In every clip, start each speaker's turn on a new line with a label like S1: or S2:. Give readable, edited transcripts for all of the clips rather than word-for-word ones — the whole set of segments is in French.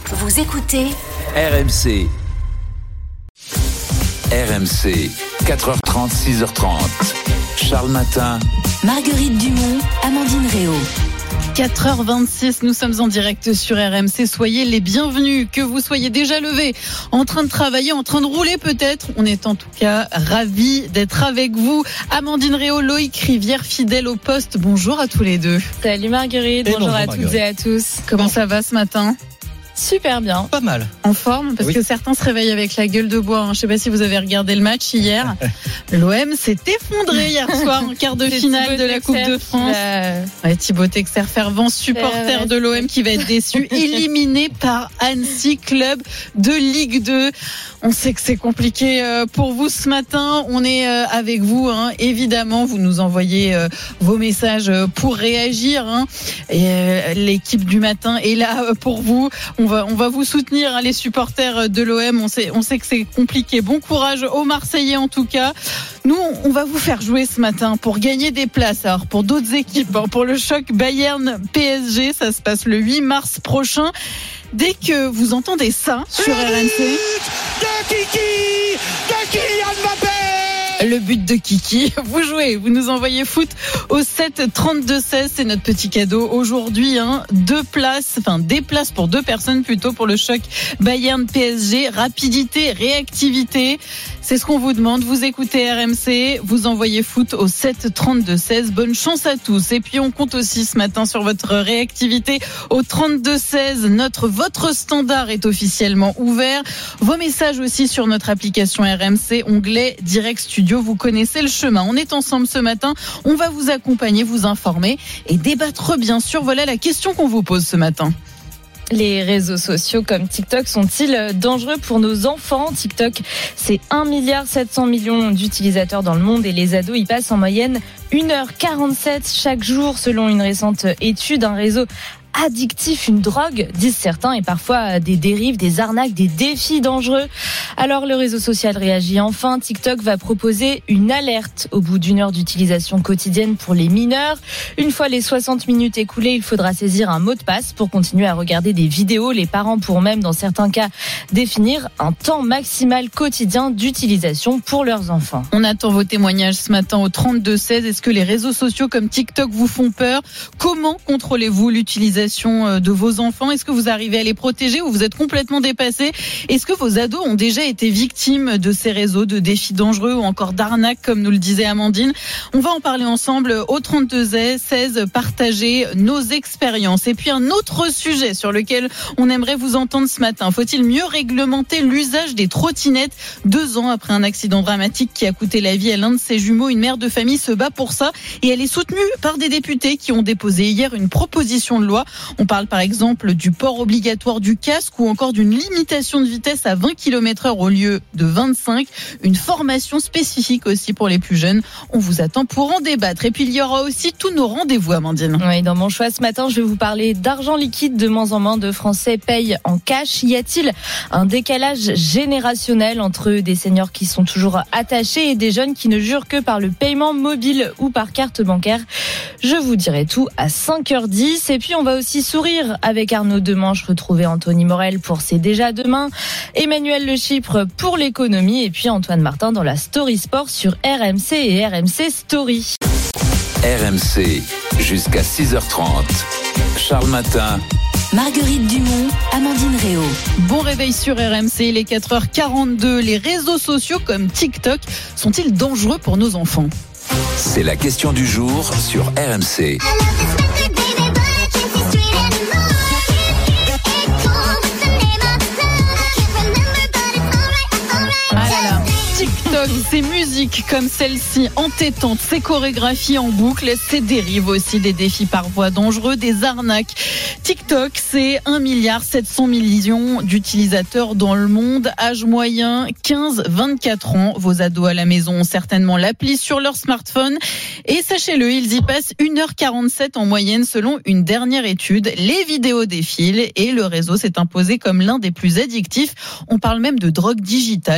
S1: Vous écoutez
S2: RMC. RMC, 4h30, 6h30. Charles Matin.
S1: Marguerite Dumont, Amandine Réau.
S3: 4h26, nous sommes en direct sur RMC. Soyez les bienvenus, que vous soyez déjà levés, en train de travailler, en train de rouler peut-être. On est en tout cas ravis d'être avec vous. Amandine Réau, Loïc Rivière, fidèle au poste. Bonjour à tous les deux.
S4: Salut Marguerite, bonjour à toutes et à tous.
S3: Comment ça va ce matin ?
S4: Super bien.
S5: Pas mal.
S3: En forme, parce que certains se réveillent avec la gueule de bois. Je ne sais pas si vous avez regardé le match hier. L'OM s'est effondré hier soir en quart de finale de la Coupe de France. Thibaut Texer, fervent supporter de l'OM qui va être déçu, éliminé par Annecy, club de Ligue 2. On sait que c'est compliqué pour vous ce matin. On est avec vous, évidemment. Vous nous envoyez vos messages pour réagir. Et l'équipe du matin est là pour vous. On va vous soutenir, les supporters de l'OM. On sait que c'est compliqué. Bon courage aux Marseillais en tout cas. Nous, on va vous faire jouer ce matin pour gagner des places. Alors pour d'autres équipes, pour le choc Bayern-PSG, ça se passe le 8 mars prochain. Dès que vous entendez ça sur RMC,
S6: de Kylian Mbappé,
S3: le but de Kiki, vous jouez, vous nous envoyez foot au 7 32 16, c'est notre petit cadeau aujourd'hui, des places pour deux personnes plutôt pour le choc Bayern PSG, rapidité, réactivité, c'est ce qu'on vous demande. Vous écoutez RMC, vous envoyez foot au 7 32 16. Bonne chance à tous. Et puis on compte aussi ce matin sur votre réactivité au 32 16. Votre standard est officiellement ouvert. Vos messages aussi sur notre application RMC, onglet Direct Studio. Vous connaissez le chemin. On est ensemble ce matin. On va vous accompagner, vous informer et débattre bien sûr. Voilà la question qu'on vous pose ce matin.
S4: Les réseaux sociaux comme TikTok sont-ils dangereux pour nos enfants ? TikTok, c'est 1,7 milliard d'utilisateurs dans le monde et les ados y passent en moyenne 1h47 chaque jour selon une récente étude. Un réseau addictif, une drogue, disent certains, et parfois des dérives, des arnaques, des défis dangereux. Alors le réseau social réagit enfin. TikTok va proposer une alerte au bout d'1 heure d'utilisation quotidienne pour les mineurs. Une fois les 60 minutes écoulées, il faudra saisir un mot de passe pour continuer à regarder des vidéos. Les parents pourront même, dans certains cas, définir un temps maximal quotidien d'utilisation pour leurs enfants.
S3: On attend vos témoignages ce matin au 32 16. Est-ce que les réseaux sociaux comme TikTok vous font peur ? Comment contrôlez-vous l'utilisation de vos enfants? Est-ce que vous arrivez à les protéger ou vous êtes complètement dépassé? Est-ce que vos ados ont déjà été victimes de ces réseaux, de défis dangereux ou encore d'arnaques, comme nous le disait Amandine? On va en parler ensemble au 32 16, partager nos expériences. Et puis un autre sujet sur lequel on aimerait vous entendre ce matin. Faut-il mieux réglementer l'usage des trottinettes? 2 ans après un accident dramatique qui a coûté la vie à l'un de ses jumeaux, une mère de famille se bat pour ça et elle est soutenue par des députés qui ont déposé hier une proposition de loi. On parle par exemple du port obligatoire du casque ou encore d'une limitation de vitesse à 20 km/h au lieu de 25. Une formation spécifique aussi pour les plus jeunes. On vous attend pour en débattre. Et puis il y aura aussi tous nos rendez-vous, Amandine.
S4: Oui, dans mon choix ce matin, je vais vous parler d'argent liquide. De moins en moins de Français payent en cash. Y a-t-il un décalage générationnel entre des seniors qui sont toujours attachés et des jeunes qui ne jurent que par le paiement mobile ou par carte bancaire? Je vous dirai tout à 5h10. Et puis on va aussi sourire avec Arnaud Demanche, retrouver Anthony Morel pour C'est déjà demain, Emmanuel Le Chypre pour l'économie et puis Antoine Martin dans la Story Sport sur RMC et RMC Story.
S2: RMC, jusqu'à 6h30. Charles Matin.
S1: Marguerite Dumont, Amandine Réau.
S3: Bon réveil sur RMC, il est 4h42. Les réseaux sociaux comme TikTok sont-ils dangereux pour nos enfants?
S2: C'est la question du jour sur RMC.
S3: TikTok, ces musiques comme celle-ci entêtantes, ces chorégraphies en boucle, ces dérives aussi, des défis par voie dangereux, des arnaques. TikTok, c'est 1,7 milliard d'utilisateurs dans le monde, âge moyen 15-24 ans. Vos ados à la maison ont certainement l'appli sur leur smartphone et sachez-le, ils y passent 1h47 en moyenne selon une dernière étude. Les vidéos défilent et le réseau s'est imposé comme l'un des plus addictifs. On parle même de drogue digitale.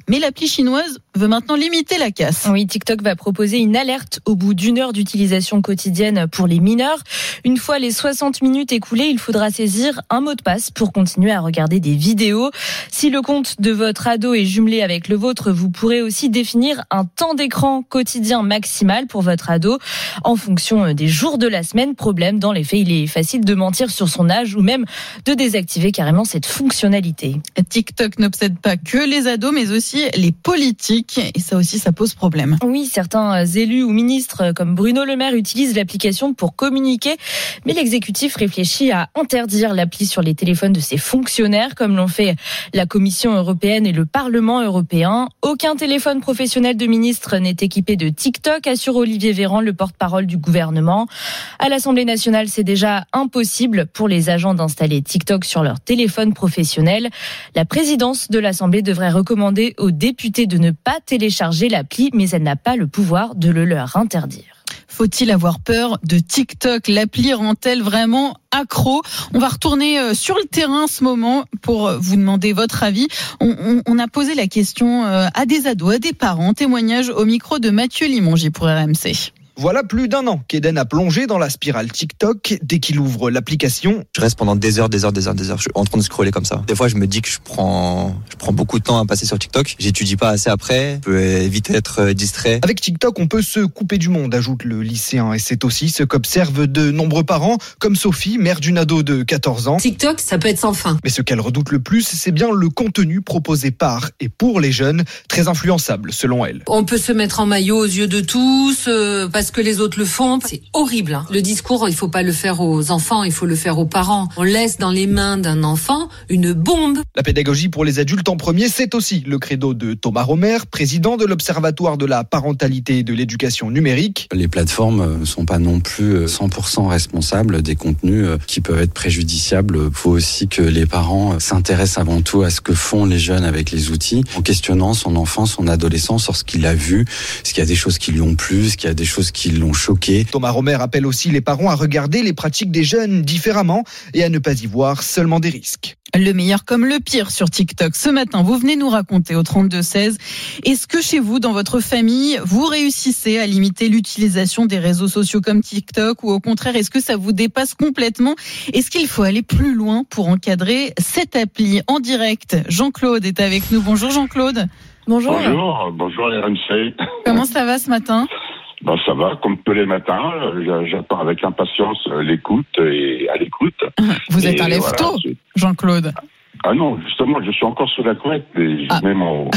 S3: Mais l'appli chinoise veut maintenant limiter la casse.
S4: Oui, TikTok va proposer une alerte au bout d'1 heure d'utilisation quotidienne pour les mineurs. Une fois les 60 minutes écoulées, il faudra saisir un mot de passe pour continuer à regarder des vidéos. Si le compte de votre ado est jumelé avec le vôtre, vous pourrez aussi définir un temps d'écran quotidien maximal pour votre ado en fonction des jours de la semaine. Problème, dans les faits, il est facile de mentir sur son âge ou même de désactiver carrément cette fonctionnalité.
S3: TikTok n'obsède pas que les ados, mais aussi les politiques. Et ça aussi, ça pose problème.
S4: Oui, certains élus ou ministres comme Bruno Le Maire utilisent l'application pour communiquer, mais l'exécutif réfléchit à interdire l'appli sur les téléphones de ses fonctionnaires, comme l'ont fait la Commission européenne et le Parlement européen. Aucun téléphone professionnel de ministre n'est équipé de TikTok, assure Olivier Véran, le porte-parole du gouvernement. À l'Assemblée nationale, c'est déjà impossible pour les agents d'installer TikTok sur leur téléphone professionnel. La présidence de l'Assemblée devrait recommander aux députés de ne pas télécharger l'appli, mais elle n'a pas le pouvoir de le leur interdire.
S3: Faut-il avoir peur de TikTok ? L'appli rend-elle vraiment accro ? On va retourner sur le terrain en ce moment pour vous demander votre avis. On a posé la question à des ados, à des parents. Témoignage au micro de Mathieu Limongi pour RMC.
S5: Voilà plus d'1 an qu'Eden a plongé dans la spirale TikTok. Dès qu'il ouvre l'application,
S7: je reste pendant des heures. Je suis en train de scroller comme ça. Des fois, je me dis que je prends beaucoup de temps à passer sur TikTok. J'étudie pas assez après. Je peux éviter d'être distrait.
S5: Avec TikTok, on peut se couper du monde, ajoute le lycéen. Et c'est aussi ce qu'observent de nombreux parents, comme Sophie, mère d'une ado de 14 ans.
S8: TikTok, ça peut être sans fin.
S5: Mais ce qu'elle redoute le plus, c'est bien le contenu proposé par et pour les jeunes, très influençable selon elle.
S8: On peut se mettre en maillot aux yeux de tous, parce que les autres le font. C'est horrible. Le discours, il faut pas le faire aux enfants, il faut le faire aux parents. On laisse dans les mains d'un enfant une bombe.
S5: La pédagogie pour les adultes en premier, c'est aussi le credo de Thomas Romer, président de l'Observatoire de la parentalité et de l'éducation numérique.
S9: Les plateformes ne sont pas non plus 100% responsables des contenus qui peuvent être préjudiciables. Il faut aussi que les parents s'intéressent avant tout à ce que font les jeunes avec les outils, en questionnant son enfant, son adolescent sur ce qu'il a vu, est-ce qu'il y a des choses qui lui ont plu, est-ce qu'il y a des choses qui l'ont choqué.
S5: Thomas Romer appelle aussi les parents à regarder les pratiques des jeunes différemment et à ne pas y voir seulement des risques.
S3: Le meilleur comme le pire sur TikTok. Ce matin, vous venez nous raconter au 32-16, est-ce que chez vous, dans votre famille, vous réussissez à limiter l'utilisation des réseaux sociaux comme TikTok ou au contraire, est-ce que ça vous dépasse complètement ? Est-ce qu'il faut aller plus loin pour encadrer cette appli en direct ? Jean-Claude est avec nous. Bonjour Jean-Claude.
S4: Bonjour.
S10: Bonjour RMC.
S3: Comment ça va ce matin ?
S10: Ça va, comme tous les matins. J'attends avec impatience l'écoute et à l'écoute.
S3: Vous êtes un lève-tôt, Jean-Claude.
S10: Ah non, justement, je suis encore sous la couette et je mets mon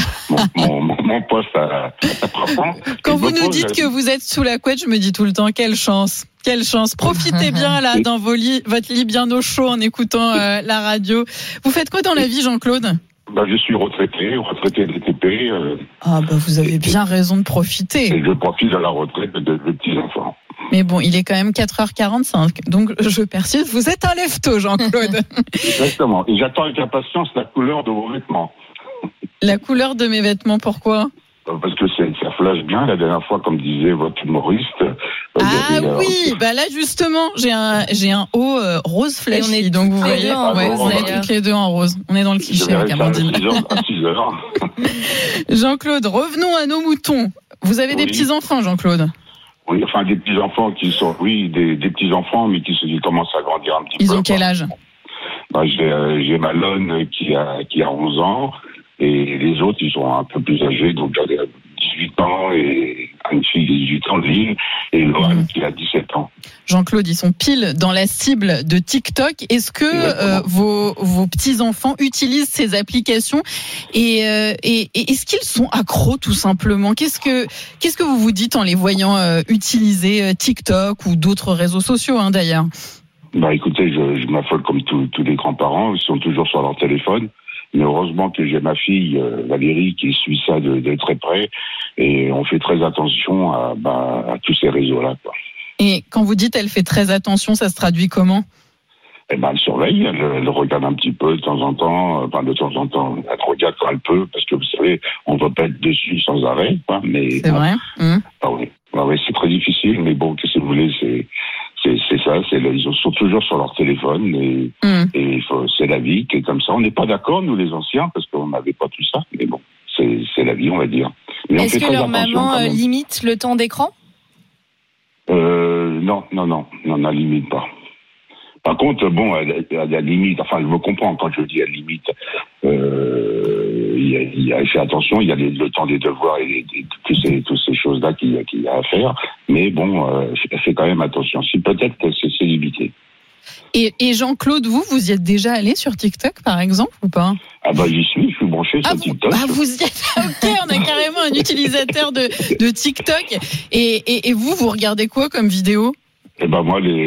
S10: poste à 3 ans.
S3: Quand vous nous dites que vous êtes sous la couette, je me dis tout le temps, quelle chance. Quelle chance. Profitez bien là dans votre lit bien au chaud en écoutant la radio. Vous faites quoi dans la vie, Jean-Claude ?
S10: Je suis retraité DTP.
S3: Vous avez bien raison de profiter.
S10: Et je profite de la retraite de petits-enfants.
S3: Mais bon, il est quand même 4h45, donc je persiste, vous êtes un lève-tôt, Jean-Claude.
S10: Exactement, et j'attends avec impatience la couleur de vos vêtements.
S3: La couleur de mes vêtements, pourquoi ?
S10: Parce que ça flash bien, la dernière fois, comme disait votre humoriste.
S3: Là justement, j'ai un haut rose flashy, donc vous voyez, on est toutes les deux en rose. On est dans le cliché avec Amandine.
S10: À 6h.
S3: Jean-Claude, revenons à nos moutons. Vous avez des petits-enfants, Jean-Claude ?
S10: Oui, enfin des petits-enfants qui sont, des petits-enfants, mais qui commencent à grandir un petit peu.
S3: Ils ont quel âge ?
S10: J'ai Malone qui a 11 ans, et les autres, ils sont un peu plus âgés, donc j'ai 18 ans, et une fille de 18 ans, Lille, et Laurent qui a 17 ans.
S3: Jean-Claude, ils sont pile dans la cible de TikTok. Est-ce que vos petits-enfants utilisent ces applications et est-ce qu'ils sont accros tout simplement ? Qu'est-ce que vous vous dites en les voyant utiliser TikTok ou d'autres réseaux sociaux d'ailleurs ?
S10: Écoutez, je m'affole comme tous les grands-parents, ils sont toujours sur leur téléphone. Mais heureusement que j'ai ma fille Valérie qui suit ça de très près et on fait très attention à tous ces réseaux-là.
S3: Et quand vous dites elle fait très attention, ça se traduit comment ?
S10: Elle surveille, elle regarde un petit peu de temps en temps, elle regarde quand elle peut, parce que vous savez, on ne va pas être dessus sans arrêt. Mais
S3: c'est vrai.
S10: Oui, c'est très difficile, mais bon, qu'est-ce que vous voulez, c'est ça, ils sont toujours sur leur téléphone et c'est la vie qui est comme ça. On n'est pas d'accord, nous les anciens, parce qu'on n'avait pas tout ça, mais bon, c'est c'est la vie, on va dire. Mais
S4: est-ce que leur maman limite le temps d'écran?
S10: Non, on la limite pas. Par contre, bon, elle limite, enfin, je me comprends quand je dis elle limite. Elle fait attention, il y a le temps des devoirs et toutes ces choses-là qu'il y a à faire. Mais bon, elle fait quand même attention. Si peut-être que c'est limité.
S3: Et Jean-Claude, vous y êtes déjà allé sur TikTok, par exemple, ou pas?
S10: Ah bah j'y suis, je suis branché sur TikTok.
S3: Vous y êtes. Ok, on a carrément un utilisateur de TikTok. Et vous regardez quoi comme vidéo?
S10: Eh ben moi les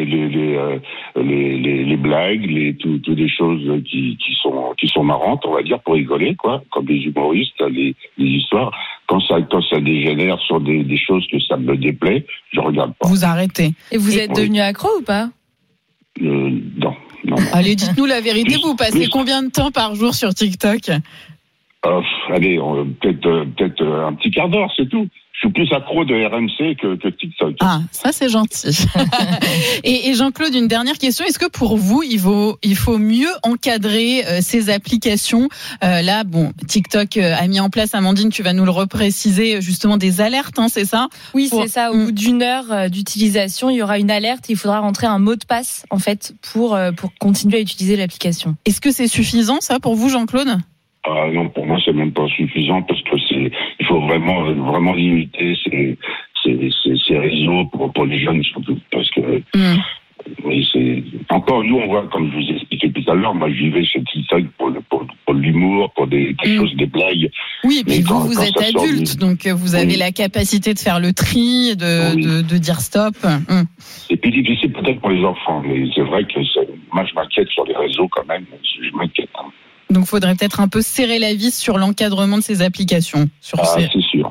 S10: blagues, toutes des choses qui sont marrantes, on va dire, pour rigoler, quoi, comme les humoristes, les histoires. Quand ça dégénère sur des choses que ça me déplaît, je regarde pas.
S3: Vous arrêtez.
S4: Et vous êtes devenu accro ou pas?
S10: Non.
S3: Allez, dites-nous la vérité, vous passez combien de temps par jour sur TikTok?
S10: Allez, peut-être un petit quart d'heure, c'est tout. Je suis plus accro de RMC que TikTok.
S3: Ah, ça c'est gentil. Et Jean-Claude, une dernière question. Est-ce que pour vous, il faut mieux encadrer ces applications? Là, bon, TikTok a mis en place, Amandine, tu vas nous le repréciser, justement des alertes, hein, c'est ça?
S4: Oui, c'est ça. Au bout d'une heure d'utilisation, il y aura une alerte et il faudra rentrer un mot de passe, en fait, pour continuer à utiliser l'application.
S3: Est-ce que c'est suffisant, ça, pour vous, Jean-Claude?
S10: Non, pour moi, c'est même pas suffisant parce que il faut vraiment limiter ces réseaux pour les jeunes surtout parce que oui, encore nous on voit, comme je vous ai expliqué tout à l'heure, moi je vivais chez TikTok pour l'humour, pour quelque chose, des blagues.
S3: Oui, mais vous êtes adulte, donc vous avez la capacité de faire le tri, de dire stop.
S10: C'est plus difficile peut-être pour les enfants, mais c'est vrai que moi je m'inquiète sur les réseaux quand même, je m'inquiète.
S3: Donc, il faudrait peut-être un peu serrer la vis sur l'encadrement de ces applications.
S10: C'est sûr.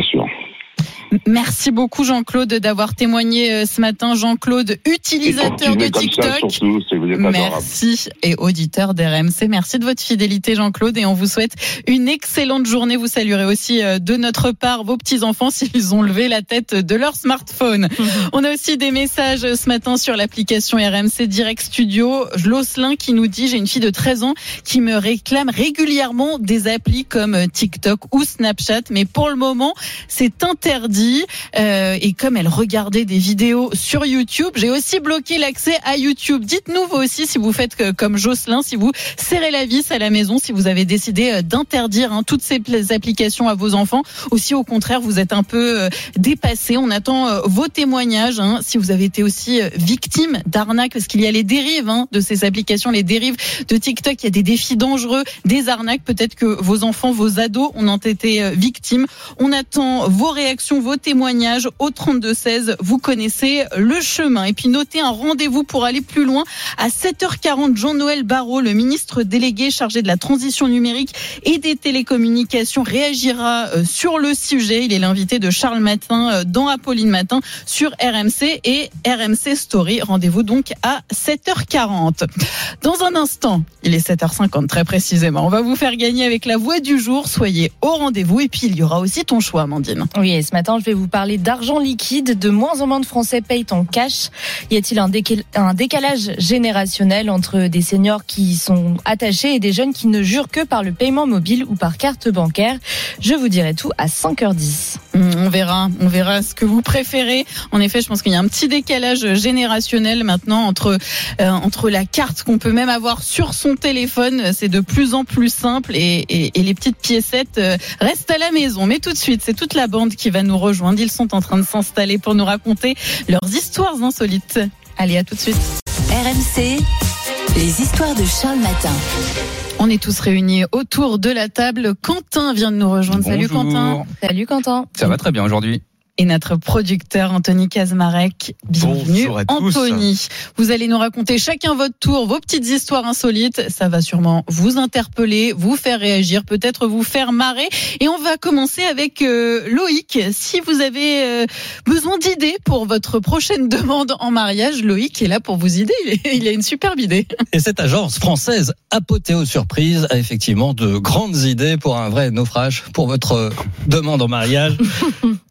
S3: Merci beaucoup, Jean-Claude, d'avoir témoigné ce matin. Jean-Claude, utilisateur de TikTok.
S10: Surtout, vous êtes
S3: merci. Et auditeur d'RMC. Merci de votre fidélité, Jean-Claude. Et on vous souhaite une excellente journée. Vous saluerez aussi de notre part vos petits-enfants s'ils ont levé la tête de leur smartphone. On a aussi des messages ce matin sur l'application RMC Direct Studio. Jocelyn qui nous dit: j'ai une fille de 13 ans qui me réclame régulièrement des applis comme TikTok ou Snapchat. Mais pour le moment, c'est interdit. Et comme elle regardait des vidéos sur YouTube, j'ai aussi bloqué l'accès à YouTube. Dites-nous vous aussi si vous faites comme Jocelyn, si vous serrez la vis à la maison, si vous avez décidé d'interdire toutes ces applications à vos enfants, ou si au contraire vous êtes un peu dépassé. On attend vos témoignages, si vous avez été aussi victime d'arnaques, parce qu'il y a les dérives de ces applications, les dérives de TikTok. Il y a des défis dangereux, des arnaques. Peut-être que vos enfants, vos ados en ont été victimes. On attend vos réactions, vos témoignages au 32-16. Vous connaissez le chemin. Et puis notez un rendez-vous pour aller plus loin. À 7h40, Jean-Noël Barrot, le ministre délégué chargé de la transition numérique et des télécommunications, réagira sur le sujet. Il est l'invité de Charles Matin dans Apolline Matin sur RMC et RMC Story. Rendez-vous donc à 7h40. Dans un instant, il est 7h50 très précisément. On va vous faire gagner avec la voix du jour. Soyez au rendez-vous. Et puis il y aura aussi ton choix, Amandine.
S4: Oui, et ce matin, je vais vous parler d'argent liquide. De moins en moins de Français payent en cash. Y a-t-il un décalage générationnel entre des seniors qui sont attachés et des jeunes qui ne jurent que par le paiement mobile ou par carte bancaire? Je vous dirai tout à 5h10.
S3: On verra ce que vous préférez. En effet, je pense qu'il y a un petit décalage générationnel maintenant entre la carte qu'on peut même avoir sur son téléphone. C'est de plus en plus simple et les petites piécettes restent à la maison. Mais tout de suite, c'est toute la bande qui va nous rejoindre. Ils sont en train de s'installer pour nous raconter leurs histoires insolites. Allez, à tout de suite.
S1: RMC, les histoires de Charles Matin.
S3: On est tous réunis autour de la table. Quentin vient de nous rejoindre.
S11: Bonjour.
S3: Salut Quentin.
S4: Salut Quentin.
S11: Ça va très bien aujourd'hui.
S3: Et notre producteur Anthony Kazmarek. Bienvenue Anthony. Vous allez nous raconter chacun votre tour vos petites histoires insolites. Ça va sûrement vous interpeller, vous faire réagir, peut-être vous faire marrer. Et on va commencer avec Loïc. Si vous avez besoin d'idées pour votre prochaine demande en mariage, Loïc est là pour vous aider. Il a une superbe idée.
S12: Et cette agence française Apothéose Surprise a effectivement de grandes idées pour un vrai naufrage pour votre demande en mariage.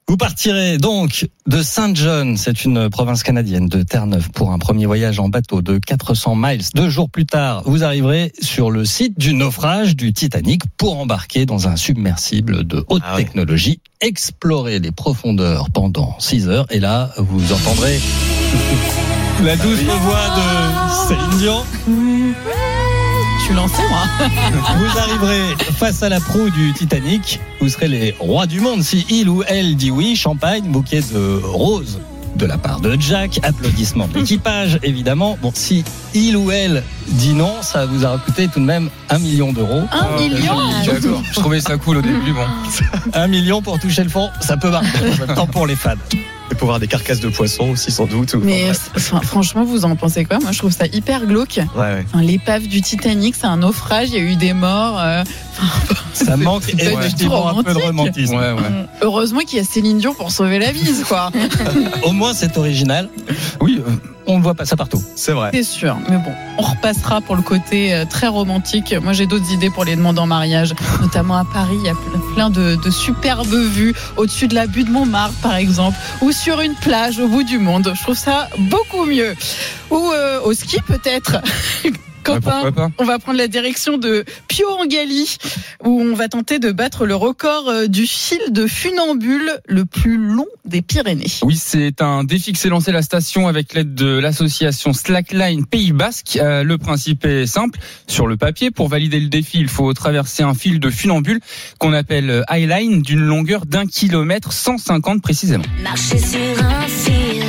S12: Vous partirez donc de Saint John, c'est une province canadienne de Terre-Neuve, pour un premier voyage en bateau de 400 miles. 2 jours plus tard, vous arriverez sur le site du naufrage du Titanic pour embarquer dans un submersible de haute technologie, explorer les profondeurs pendant 6 heures. Et là, vous entendrez la douce voix de Céline Dion.
S3: Je suis lancé, moi.
S12: Vous arriverez face à la proue du Titanic. Vous serez les rois du monde si il ou elle dit oui. Champagne, bouquet de roses de la part de Jack. Applaudissements de l'équipage, évidemment. Bon, si il ou elle dit non, ça vous a coûté tout de même 1 million d'euros.
S3: 1 million.
S11: D'accord. Je trouvais ça cool au début, bon.
S12: 1 million pour toucher le fond, ça peut marcher. En même temps pour les fans.
S13: Et pour voir des carcasses de poissons aussi, sans doute.
S3: Mais franchement, vous en pensez quoi? Moi, je trouve ça hyper glauque.
S13: Ouais.
S3: Enfin, l'épave du Titanic, c'est un naufrage. Il y a eu des morts.
S12: Ça manque effectivement un peu de romantisme.
S11: Ouais.
S3: Heureusement qu'il y a Céline Dion pour sauver la mise, quoi.
S12: Au moins, c'est original.
S11: Oui,
S12: on ne voit pas ça partout.
S13: C'est vrai.
S3: C'est sûr. Mais bon, on repassera pour le côté très romantique. Moi, j'ai d'autres idées pour les demander en mariage, notamment à Paris. Il y a plein de superbes vues au-dessus de la butte de Montmartre, par exemple, ou sur une plage au bout du monde. Je trouve ça beaucoup mieux. Ou au ski, peut-être. Quentin, on va prendre la direction de Pio-en-Gally, où on va tenter de battre le record du fil de funambule le plus long des Pyrénées.
S11: Oui, c'est un défi que s'est lancé la station avec l'aide de l'association Slackline Pays Basque. Le principe est simple. Sur le papier, pour valider le défi, il faut traverser un fil de funambule qu'on appelle highline d'une longueur d'1 kilomètre 150 précisément.
S14: Marcher sur un fil,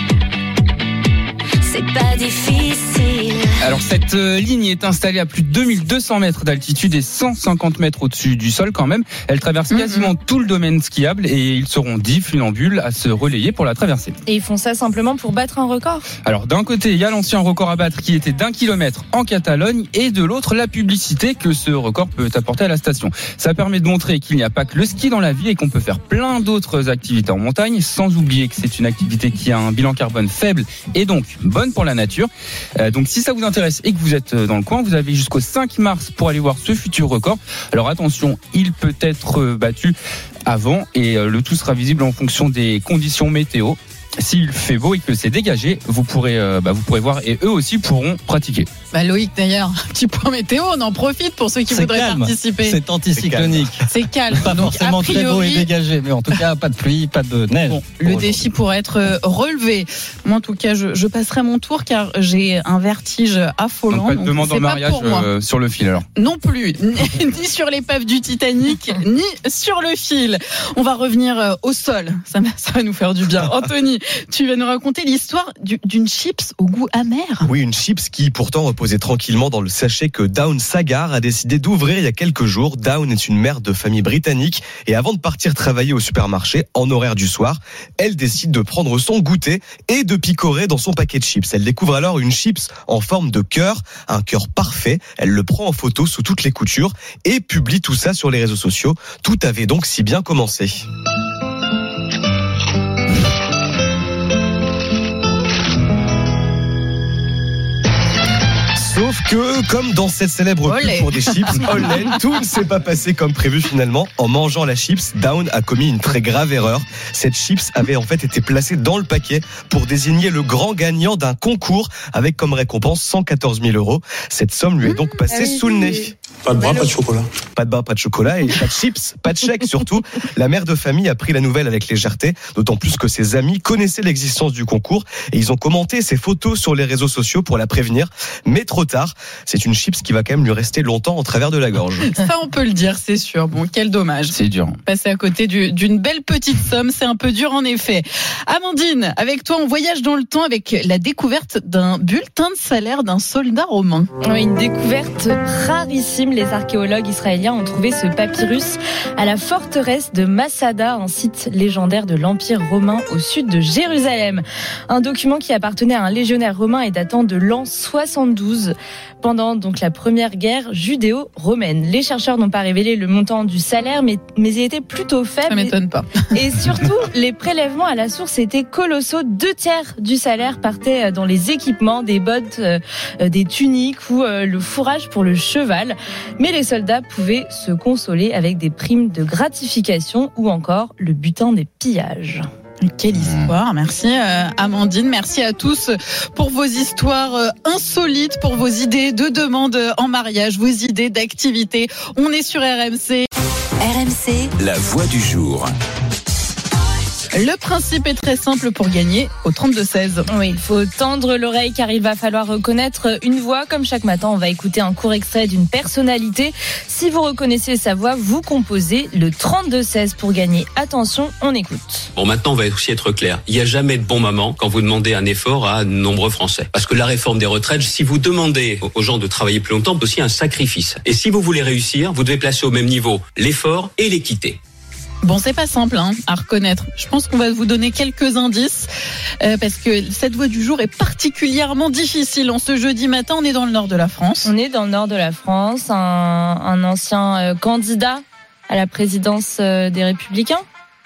S14: c'est pas difficile.
S11: Alors cette ligne est installée à plus de 2200 mètres d'altitude et 150 mètres au-dessus du sol quand même. Elle traverse quasiment tout le domaine skiable et ils seront 10 funambules à se relayer pour la traverser.
S4: Et ils font ça simplement pour battre un record?
S11: Alors d'un côté, il y a l'ancien record à battre qui était d'1 kilomètre en Catalogne et de l'autre, la publicité que ce record peut apporter à la station. Ça permet de montrer qu'il n'y a pas que le ski dans la vie et qu'on peut faire plein d'autres activités en montagne, sans oublier que c'est une activité qui a un bilan carbone faible et donc bonne pour la nature. Donc si ça vous intéresse et que vous êtes dans le coin, vous avez jusqu'au 5 mars pour aller voir ce futur record. Alors attention, il peut être battu avant et le tout sera visible en fonction des conditions météo. S'il fait beau et que c'est dégagé, vous pourrez voir et eux aussi pourront pratiquer.
S3: Loïc, d'ailleurs, un petit point météo, on en profite pour ceux qui voudraient participer.
S12: C'est anticyclonique.
S3: C'est calme.
S12: Pas donc, forcément très beau et dégagé, mais en tout cas, pas de pluie, pas de neige.
S3: Bon, le défi pourrait être relevé. Moi, en tout cas, je passerai mon tour car j'ai un vertige affolant.
S11: Donc, pas de demande en mariage sur le fil alors?
S3: Non plus, ni sur l'épave du Titanic, ni sur le fil. On va revenir au sol. Ça va nous faire du bien. Anthony, tu vas nous raconter l'histoire d'une chips au goût amer.
S13: Oui, une chips qui pourtant reposait tranquillement dans le sachet que Dawn Sagar a décidé d'ouvrir il y a quelques jours. Dawn est une mère de famille britannique et avant de partir travailler au supermarché en horaire du soir, elle décide de prendre son goûter et de picorer dans son paquet de chips. Elle découvre alors une chips en forme de cœur, un cœur parfait. Elle le prend en photo sous toutes les coutures et publie tout ça sur les réseaux sociaux. Tout avait donc si bien commencé. Sauf que, comme dans cette célèbre pub pour des chips, Hollen, tout ne s'est pas passé comme prévu finalement. En mangeant la chips, Dawn a commis une très grave erreur. Cette chips avait en fait été placée dans le paquet pour désigner le grand gagnant d'un concours avec comme récompense 114 000 €. Cette somme lui est donc passée sous le nez.
S15: Pas de bras, pas de chocolat.
S13: Pas de bras, pas de chocolat et pas de chips, pas de chèque surtout. La mère de famille a pris la nouvelle avec légèreté, d'autant plus que ses amis connaissaient l'existence du concours et ils ont commenté ses photos sur les réseaux sociaux pour la prévenir. Mais trop tard, c'est une chips qui va quand même lui rester longtemps en travers de la gorge.
S3: Ça, on peut le dire, c'est sûr. Bon, quel dommage.
S11: C'est dur.
S3: Passer à côté d'une belle petite somme, c'est un peu dur en effet. Amandine, avec toi, on voyage dans le temps avec la découverte d'un bulletin de salaire d'un soldat romain.
S4: Oui, une découverte rarissime. Les archéologues israéliens ont trouvé ce papyrus à la forteresse de Masada, un site légendaire de l'Empire romain au sud de Jérusalem. Un document qui appartenait à un légionnaire romain et datant de l'an 72, pendant donc la première guerre judéo-romaine. Les chercheurs n'ont pas révélé le montant du salaire, mais il était plutôt faible.
S3: Ça m'étonne pas.
S4: Et surtout, les prélèvements à la source étaient colossaux. 2/3 du salaire partait dans les équipements, des bottes, des tuniques ou le fourrage pour le cheval. Mais les soldats pouvaient se consoler avec des primes de gratification ou encore le butin des pillages.
S3: Quelle histoire, merci Amandine, merci à tous pour vos histoires insolites, pour vos idées de demande en mariage, vos idées d'activités. On est sur RMC.
S1: RMC,
S2: la voix du jour.
S3: Le principe est très simple pour gagner au 32-16.
S4: Oui, il faut tendre l'oreille car il va falloir reconnaître une voix. Comme chaque matin, on va écouter un court extrait d'une personnalité. Si vous reconnaissez sa voix, vous composez le 32-16 pour gagner. Attention, on écoute.
S15: Bon, maintenant, on va aussi être clair. Il n'y a jamais de bon moment quand vous demandez un effort à nombreux Français. Parce que la réforme des retraites, si vous demandez aux gens de travailler plus longtemps, c'est aussi un sacrifice. Et si vous voulez réussir, vous devez placer au même niveau l'effort et l'équité.
S3: Bon, c'est pas simple à reconnaître. Je pense qu'on va vous donner quelques indices parce que cette voix du jour est particulièrement difficile. En ce jeudi matin, on est dans le nord de la France.
S4: On est dans le nord de la France, un ancien candidat à la présidence des Républicains.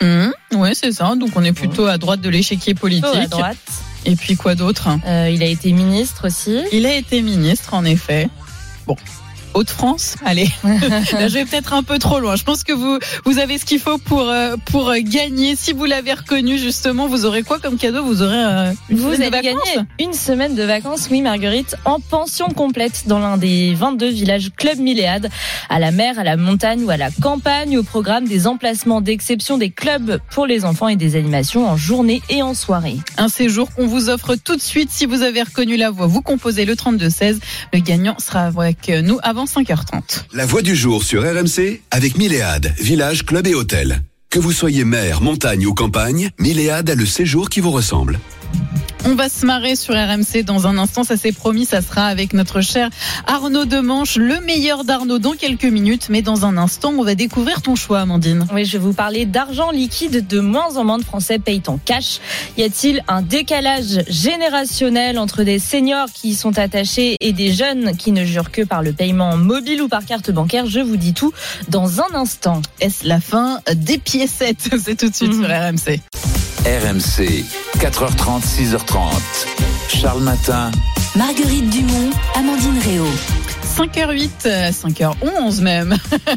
S3: Oui, c'est ça. Donc on est plutôt à droite de l'échiquier politique.
S4: À droite.
S3: Et puis quoi d'autre ?
S4: Il a été ministre aussi.
S3: Il a été ministre, en effet. Bon. Hauts-de-France, allez. Là, je vais peut-être un peu trop loin. Je pense que vous avez ce qu'il faut pour gagner. Si vous l'avez reconnu, justement, vous aurez quoi comme cadeau ? Vous aurez
S4: vous allez gagner une semaine de vacances, oui, Marguerite, en pension complète dans l'un des 22 villages Club Milléade, à la mer, à la montagne ou à la campagne. Au programme des emplacements d'exception, des clubs pour les enfants et des animations en journée et en soirée.
S3: Un séjour qu'on vous offre tout de suite. Si vous avez reconnu la voix, vous composez le 32-16. Le gagnant sera avec nous avant 5h30.
S2: La voix du jour sur RMC avec Milléade, village, club et hôtel. Que vous soyez mer, montagne ou campagne, Milléade a le séjour qui vous ressemble.
S3: On va se marrer sur RMC dans un instant, ça c'est promis, ça sera avec notre cher Arnaud Demanche, le meilleur d'Arnaud dans quelques minutes, mais dans un instant, on va découvrir ton choix, Amandine.
S4: Oui, je vais vous parler d'argent liquide. De moins en moins de Français payent en cash. Y a-t-il un décalage générationnel entre des seniors qui y sont attachés et des jeunes qui ne jurent que par le paiement mobile ou par carte bancaire? Je vous dis tout dans un instant.
S3: Est-ce la fin des piécettes? C'est tout de suite sur RMC.
S2: RMC, 4h30, 6h30. Charles Matin.
S1: Marguerite Dumont, Amandine Réau.
S3: 5h08, 5h11 même.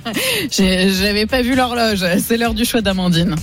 S3: J'avais pas vu l'horloge. C'est l'heure du choix d'Amandine.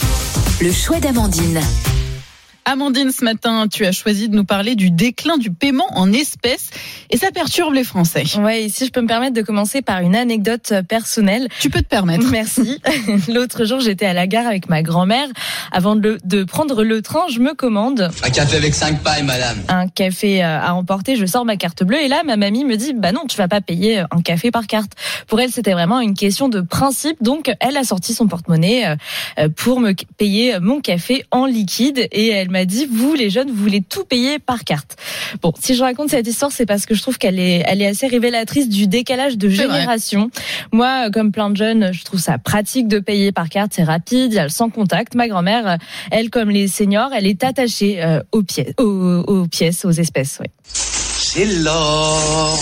S1: Le choix d'Amandine.
S3: Amandine, ce matin, tu as choisi de nous parler du déclin du paiement en espèces et ça perturbe les Français.
S4: Ouais, et si je peux me permettre de commencer par une anecdote personnelle.
S3: Tu peux te permettre.
S4: Merci. L'autre jour, j'étais à la gare avec ma grand-mère. Avant de prendre le train, je me commande.
S16: Un café avec 5 pailles, madame.
S4: Un café à emporter, je sors ma carte bleue et là, ma mamie me dit, bah non, tu vas pas payer un café par carte. Pour elle, c'était vraiment une question de principe. Donc, elle a sorti son porte-monnaie pour me payer mon café en liquide et elle m'a dit, vous les jeunes, vous voulez tout payer par carte. Bon, si je raconte cette histoire, c'est parce que je trouve qu'elle est assez révélatrice du décalage de génération. Moi, comme plein de jeunes, je trouve ça pratique de payer par carte, c'est rapide, il y a le sans contact. Ma grand-mère, elle, comme les seniors, elle est attachée aux pièces, aux espèces. Ouais.
S16: C'est l'or.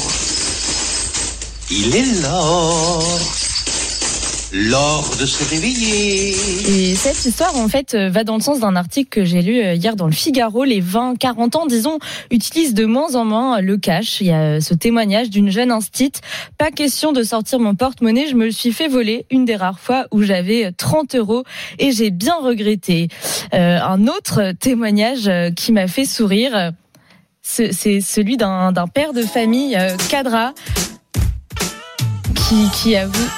S16: Il est l'or. L'or de se réveiller.
S4: Et cette histoire, en fait, va dans le sens d'un article que j'ai lu hier dans le Figaro. Les 20-40 ans, disons, utilisent de moins en moins le cash. Il y a ce témoignage d'une jeune instite. Pas question de sortir mon porte-monnaie. Je me le suis fait voler une des rares fois où j'avais 30 € et j'ai bien regretté. Un autre témoignage qui m'a fait sourire, c'est celui d'un père de famille, Cadra, qui avoue...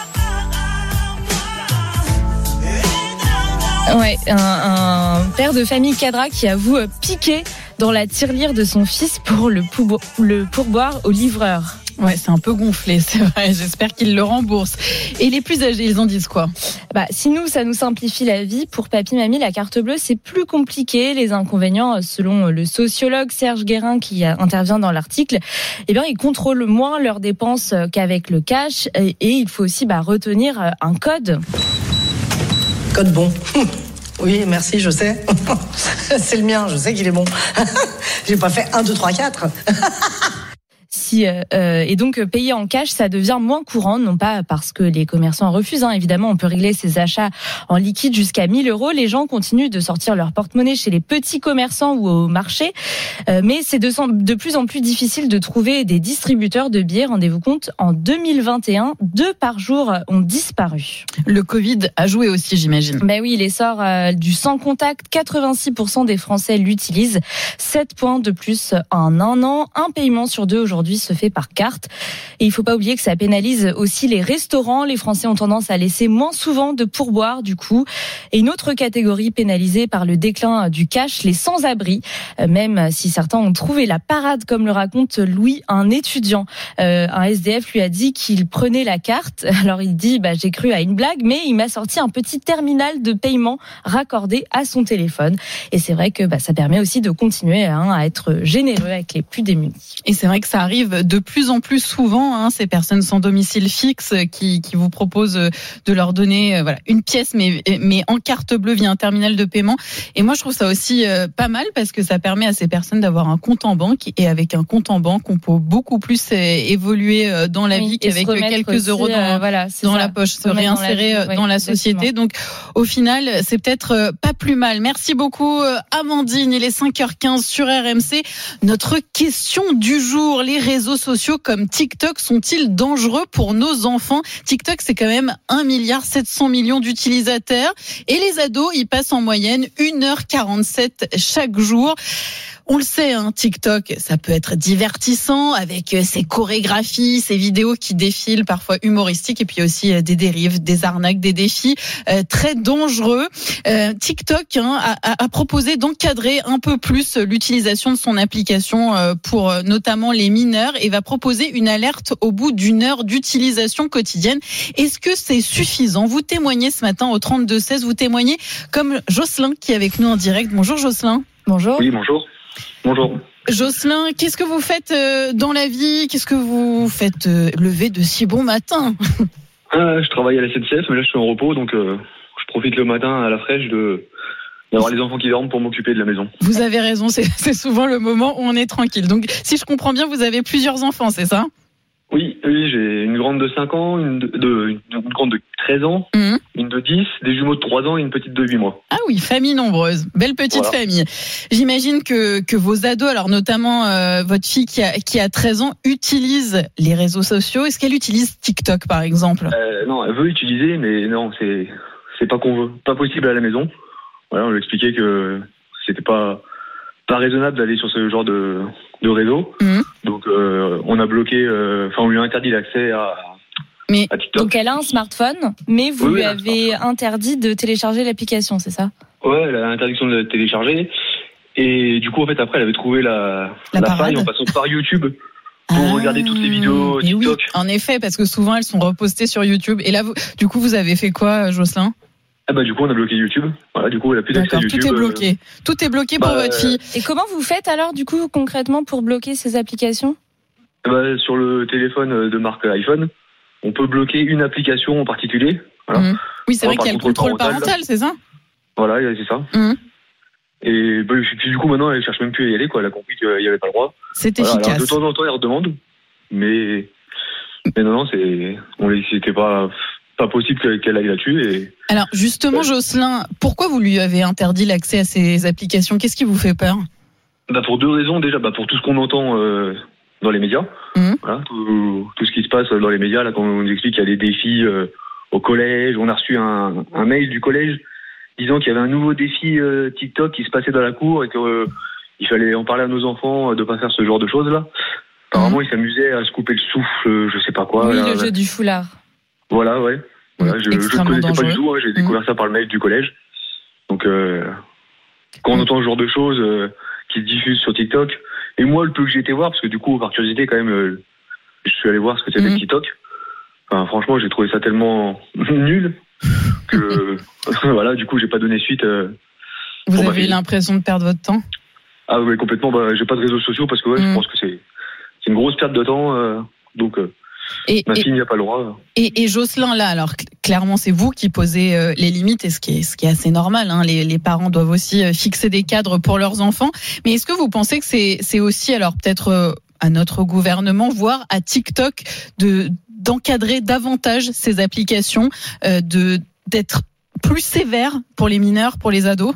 S4: Ouais, un père de famille cadra qui avoue piquer dans la tirelire de son fils pour le pourboire au livreur.
S3: Ouais, c'est un peu gonflé, c'est vrai. J'espère qu'il le rembourse. Et les plus âgés, ils en disent quoi ?
S4: Si nous, ça nous simplifie la vie. Pour papy, mamie, la carte bleue, c'est plus compliqué. Les inconvénients, selon le sociologue Serge Guérin qui intervient dans l'article, ils contrôlent moins leurs dépenses qu'avec le cash. Et il faut aussi retenir un code.
S17: Code bon. Oui, merci, je sais. C'est le mien, je sais qu'il est bon. J'ai pas fait 1, 2, 3, 4.
S4: Et donc payer en cash, ça devient moins courant, non pas parce que les commerçants refusent. Évidemment, on peut régler ses achats en liquide jusqu'à 1 000 €. Les gens continuent de sortir leur porte-monnaie chez les petits commerçants ou au marché, mais c'est de plus en plus difficile de trouver des distributeurs de billets. Rendez-vous compte, en 2021, 2 par jour ont disparu.
S3: Le Covid a joué aussi, j'imagine.
S4: Ben oui, l'essor du sans contact, 86% des Français l'utilisent. 7 points de plus en un an. Un paiement sur 2 aujourd'hui se fait par carte. Et il ne faut pas oublier que ça pénalise aussi les restaurants. Les Français ont tendance à laisser moins souvent de pourboire, du coup. Et une autre catégorie pénalisée par le déclin du cash, les sans-abri. Même si certains ont trouvé la parade, comme le raconte Louis, un étudiant. Un SDF lui a dit qu'il prenait la carte. Alors il dit, j'ai cru à une blague, mais il m'a sorti un petit terminal de paiement raccordé à son téléphone. Et c'est vrai que ça permet aussi de continuer à être généreux avec les plus démunis.
S3: Et c'est vrai que ça arrive de plus en plus souvent, ces personnes sans domicile fixe qui vous proposent de leur donner une pièce, mais en carte bleue via un terminal de paiement. Et moi, je trouve ça aussi pas mal parce que ça permet à ces personnes d'avoir un compte en banque. Et avec un compte en banque, on peut beaucoup plus évoluer dans la vie qu'avec quelques aussi, euros dans la poche, se réinsérer dans la société. Donc, au final, c'est peut-être pas plus mal. Merci beaucoup, Amandine. Il est 5h15 sur RMC. Notre question du jour, les réseaux sociaux comme TikTok sont-ils dangereux pour nos enfants ? TikTok, c'est quand même 1,7 milliard d'utilisateurs. Et les ados, ils passent en moyenne 1h47 chaque jour. On le sait, TikTok, ça peut être divertissant avec ses chorégraphies, ses vidéos qui défilent, parfois humoristiques, et puis aussi des dérives, des arnaques, des défis très dangereux. TikTok a proposé d'encadrer un peu plus l'utilisation de son application pour notamment les mineurs et va proposer une alerte au bout d'1 heure d'utilisation quotidienne. Est-ce que c'est suffisant ? Vous témoignez ce matin au 32-16, vous témoignez comme Jocelyn qui est avec nous en direct. Bonjour Jocelyn.
S4: Bonjour.
S18: Oui, bonjour. Bonjour.
S3: Jocelyn, qu'est-ce que vous faites dans la vie ? Qu'est-ce que vous faites lever de si bon matin ?
S18: Je travaille à la SNCF, mais là je suis en repos, donc je profite le matin à la fraîche d'avoir les enfants qui dorment pour m'occuper de la maison.
S3: Vous avez raison, c'est souvent le moment où on est tranquille. Donc si je comprends bien, vous avez plusieurs enfants, c'est ça ?
S18: Oui, j'ai une grande de 5 ans, une grande de 13 ans, une de 10, des jumeaux de 3 ans et une petite de 8 mois.
S3: Ah oui, famille nombreuse, belle petite famille. J'imagine que vos ados, alors notamment votre fille qui a 13 ans, utilise les réseaux sociaux. Est-ce qu'elle utilise TikTok par exemple ?
S18: Non, elle veut utiliser, mais non, c'est pas qu'on veut, pas possible à la maison. Voilà, on lui expliquait que c'était pas raisonnable d'aller sur ce genre de réseau. Donc on a bloqué, on lui a interdit l'accès à TikTok.
S4: Donc elle a un smartphone, mais vous lui avez interdit de télécharger l'application, c'est ça ?
S18: Ouais, elle a l'interdiction de la télécharger. Et du coup, en fait, après, elle avait trouvé la faille en passant par YouTube pour regarder toutes les vidéos TikTok.
S3: Oui, en effet, parce que souvent elles sont repostées sur YouTube. Et là, vous avez fait quoi, Jocelyn ?
S18: Du coup, on a bloqué YouTube. Voilà, du coup, elle a plus d'accès à YouTube.
S3: Tout est bloqué. Tout est bloqué pour votre fille.
S4: Et comment vous faites alors, du coup, concrètement, pour bloquer ces applications ?
S18: Sur le téléphone de marque iPhone, on peut bloquer une application en particulier. Voilà.
S3: Oui, c'est vrai qu'il y a le contrôle parental, c'est ça ?
S18: Voilà, c'est ça. Et du coup, maintenant, elle cherche même plus à y aller, quoi. Elle a compris qu'il n'y avait pas le droit.
S3: C'est efficace.
S18: Alors, de temps en temps, elle redemande. Mais non, c'était pas possible qu'elle aille là-dessus.
S3: Alors, justement, Jocelyn, pourquoi vous lui avez interdit l'accès à ces applications ? Qu'est-ce qui vous fait peur ?
S18: Pour 2 raisons. Déjà, pour tout ce qu'on entend dans les médias. Voilà, tout ce qui se passe dans les médias, là, quand on nous explique qu'il y a des défis au collège. On a reçu un mail du collège disant qu'il y avait un nouveau défi TikTok qui se passait dans la cour et qu'il fallait en parler à nos enfants de pas faire ce genre de choses-là. Apparemment, ils s'amusaient à se couper le souffle, je sais pas quoi.
S4: Oui, le jeu du foulard.
S18: Voilà, ouais. Voilà, je ne connaissais pas du tout, j'ai découvert ça par le mail du collège. Donc, quand on entend ce genre de choses qui se diffusent sur TikTok, et moi, le peu que j'ai été voir, parce que du coup, par curiosité, quand même, je suis allé voir ce que c'était TikTok. Franchement, j'ai trouvé ça tellement nul que, voilà, du coup, j'ai pas donné suite.
S3: Vous avez l'impression de perdre votre temps ?
S18: Ah oui, complètement. J'ai pas de réseaux sociaux parce que je pense que c'est une grosse perte de temps. Donc, ma fille n'y a pas le droit.
S3: Et Jocelyn, là, alors clairement, c'est vous qui posez les limites, et ce qui est assez normal. Les parents doivent aussi fixer des cadres pour leurs enfants. Mais est-ce que vous pensez que c'est aussi, alors peut-être à notre gouvernement, voire à TikTok, d'encadrer davantage ces applications, d'être plus sévère pour les mineurs, pour les ados?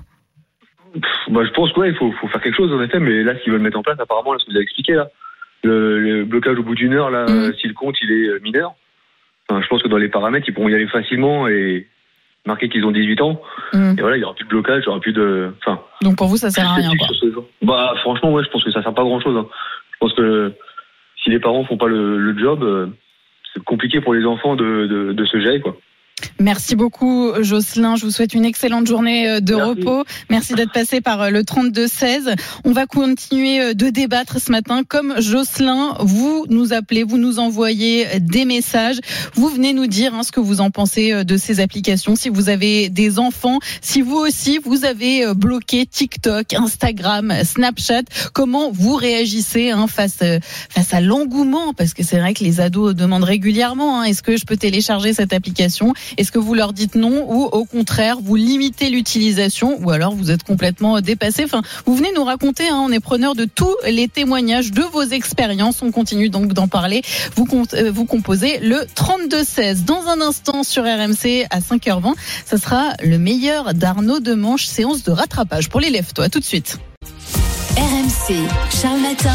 S18: Je pense qu'il faut faire quelque chose en effet, mais là, ce qu'ils veulent mettre en place, apparemment, là, ce que vous avez expliqué, là, le blocage au bout d'une heure, là, si le compte il est mineur, je pense que dans les paramètres, ils pourront y aller facilement et marquer qu'ils ont 18 ans. Et voilà, il n'y aura plus de blocage, il n'y aura plus de...
S3: Donc pour vous, ça sert à rien, quoi.
S18: Franchement, je pense que ça sert pas à grand-chose. Je pense que si les parents font pas le job, c'est compliqué pour les enfants de se gérer, quoi.
S3: Merci beaucoup, Jocelyn. Je vous souhaite une excellente journée de repos. Merci d'être passé par le 32-16. On va continuer de débattre ce matin. Comme Jocelyn, vous nous appelez, vous nous envoyez des messages. Vous venez nous dire ce que vous en pensez de ces applications. Si vous avez des enfants, si vous aussi, vous avez bloqué TikTok, Instagram, Snapchat, comment vous réagissez face à l'engouement? Parce que c'est vrai que les ados demandent régulièrement, est-ce que je peux télécharger cette application? Est-ce que vous leur dites non ou au contraire vous limitez l'utilisation ou alors vous êtes complètement dépassé? Vous venez nous raconter, on est preneur de tous les témoignages de vos expériences. On continue donc d'en parler. Vous composez le 32-16. Dans un instant sur RMC à 5h20, ça sera le meilleur d'Arnaud Demanche, séance de rattrapage pour les lève-toi. Tout de suite.
S1: RMC, Charles Matin.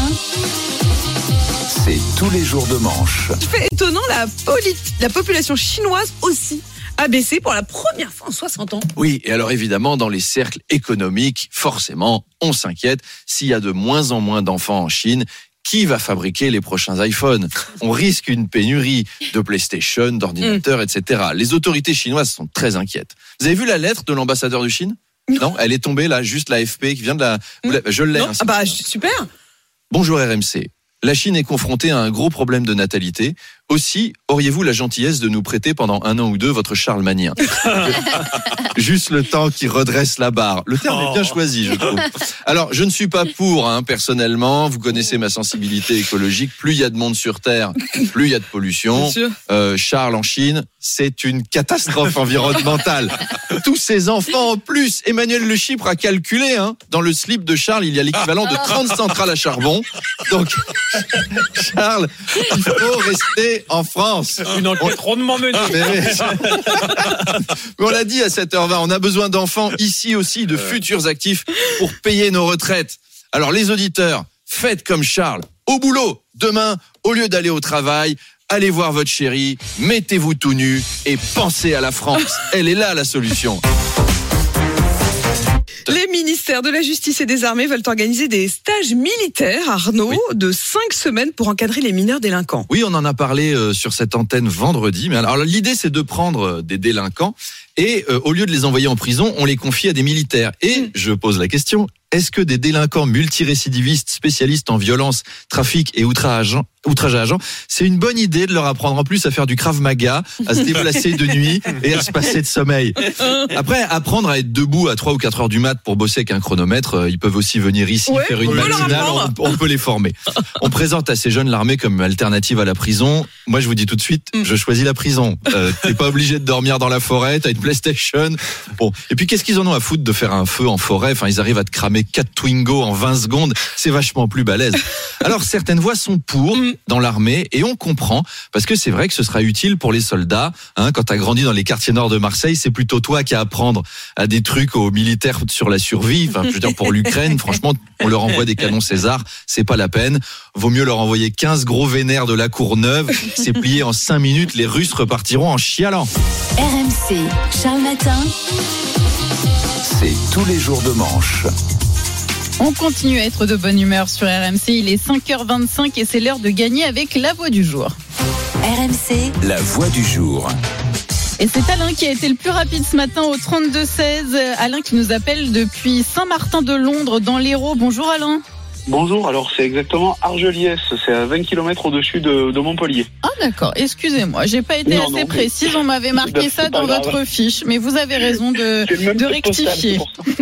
S2: C'est tous les jours de manche.
S19: C'est étonnant, la population chinoise aussi a baissé pour la première fois en 60 ans.
S20: Oui, et alors évidemment, dans les cercles économiques, forcément, on s'inquiète. S'il y a de moins en moins d'enfants en Chine, qui va fabriquer les prochains iPhones? On risque une pénurie de PlayStation, d'ordinateurs, etc. Les autorités chinoises sont très inquiètes. Vous avez vu la lettre de l'ambassadeur de Chine? Non, elle est tombée là, juste l'AFP qui vient de la... Je l'ai.
S19: Super.
S20: Bonjour RMC. La Chine est confrontée à un gros problème de natalité. Aussi, auriez-vous la gentillesse de nous prêter pendant 1 an ou 2 votre charlemanien? Juste le temps qui redresse la barre. Le terme est bien choisi, je trouve. Alors, je ne suis pas pour, personnellement. Vous connaissez ma sensibilité écologique. Plus il y a de monde sur Terre, plus il y a de pollution. Charles, en Chine, c'est une catastrophe environnementale. Tous ces enfants en plus. Emmanuel Le Chypre a calculé, dans le slip de Charles, il y a l'équivalent de 30 centrales à charbon. Donc, Charles, il faut rester en France.
S21: Une enquête rondement menée.
S20: Mais on l'a dit à 7h20, on a besoin d'enfants ici aussi, de futurs actifs pour payer nos retraites. Alors les auditeurs, faites comme Charles, au boulot. Demain, au lieu d'aller au travail, allez voir votre chérie, mettez-vous tout nu et pensez à la France. Elle est là la solution.
S19: Les ministères de la Justice et des Armées veulent organiser des stages militaires, Arnaud, de 5 semaines pour encadrer les mineurs délinquants.
S20: Oui, on en a parlé sur cette antenne vendredi. Mais alors l'idée, c'est de prendre des délinquants et au lieu de les envoyer en prison, on les confie à des militaires. Et je pose la question, est-ce que des délinquants multirécidivistes, spécialistes en violence, trafic et outrage à agent, c'est une bonne idée de leur apprendre en plus à faire du Krav Maga, à se déplacer de nuit et à se passer de sommeil? Après, apprendre à être debout à 3 ou 4 heures du mat pour bosser avec un chronomètre, ils peuvent aussi venir ici faire une matinale, on peut les former. On présente à ces jeunes l'armée comme alternative à la prison. Moi, je vous dis tout de suite, je choisis la prison. T'es pas obligé de dormir dans la forêt, t'as une PlayStation. Bon. Et puis, qu'est-ce qu'ils en ont à foutre de faire un feu en forêt? Ils arrivent à te cramer 4 Twingo en 20 secondes. C'est vachement plus balèze. Alors, certaines voix sont pour dans l'armée et on comprend parce que c'est vrai que ce sera utile pour les soldats. Quand t'as grandi dans les quartiers nord de Marseille, c'est plutôt toi qui as à apprendre à des trucs aux militaires sur la survie. Je veux dire, pour l'Ukraine, franchement, on leur envoie des canons César, c'est pas la peine. Vaut mieux leur envoyer 15 gros vénères de la Courneuve. C'est plié en 5 minutes, les Russes repartiront en chialant.
S1: RMC, Charles Matin.
S2: C'est tous les jours de manche.
S3: On continue à être de bonne humeur sur RMC. Il est 5h25 et c'est l'heure de gagner avec la voix du jour.
S1: RMC,
S2: la voix du jour.
S3: Et c'est Alain qui a été le plus rapide ce matin au 32-16. Alain qui nous appelle depuis Saint-Martin-de-Londres dans l'Hérault. Bonjour Alain.
S22: Bonjour, alors c'est exactement Argeliès, c'est à 20 km au-dessus de Montpellier.
S3: Ah d'accord, excusez-moi, j'ai pas été assez précise, on m'avait marqué ça dans votre fiche, mais vous avez raison de rectifier.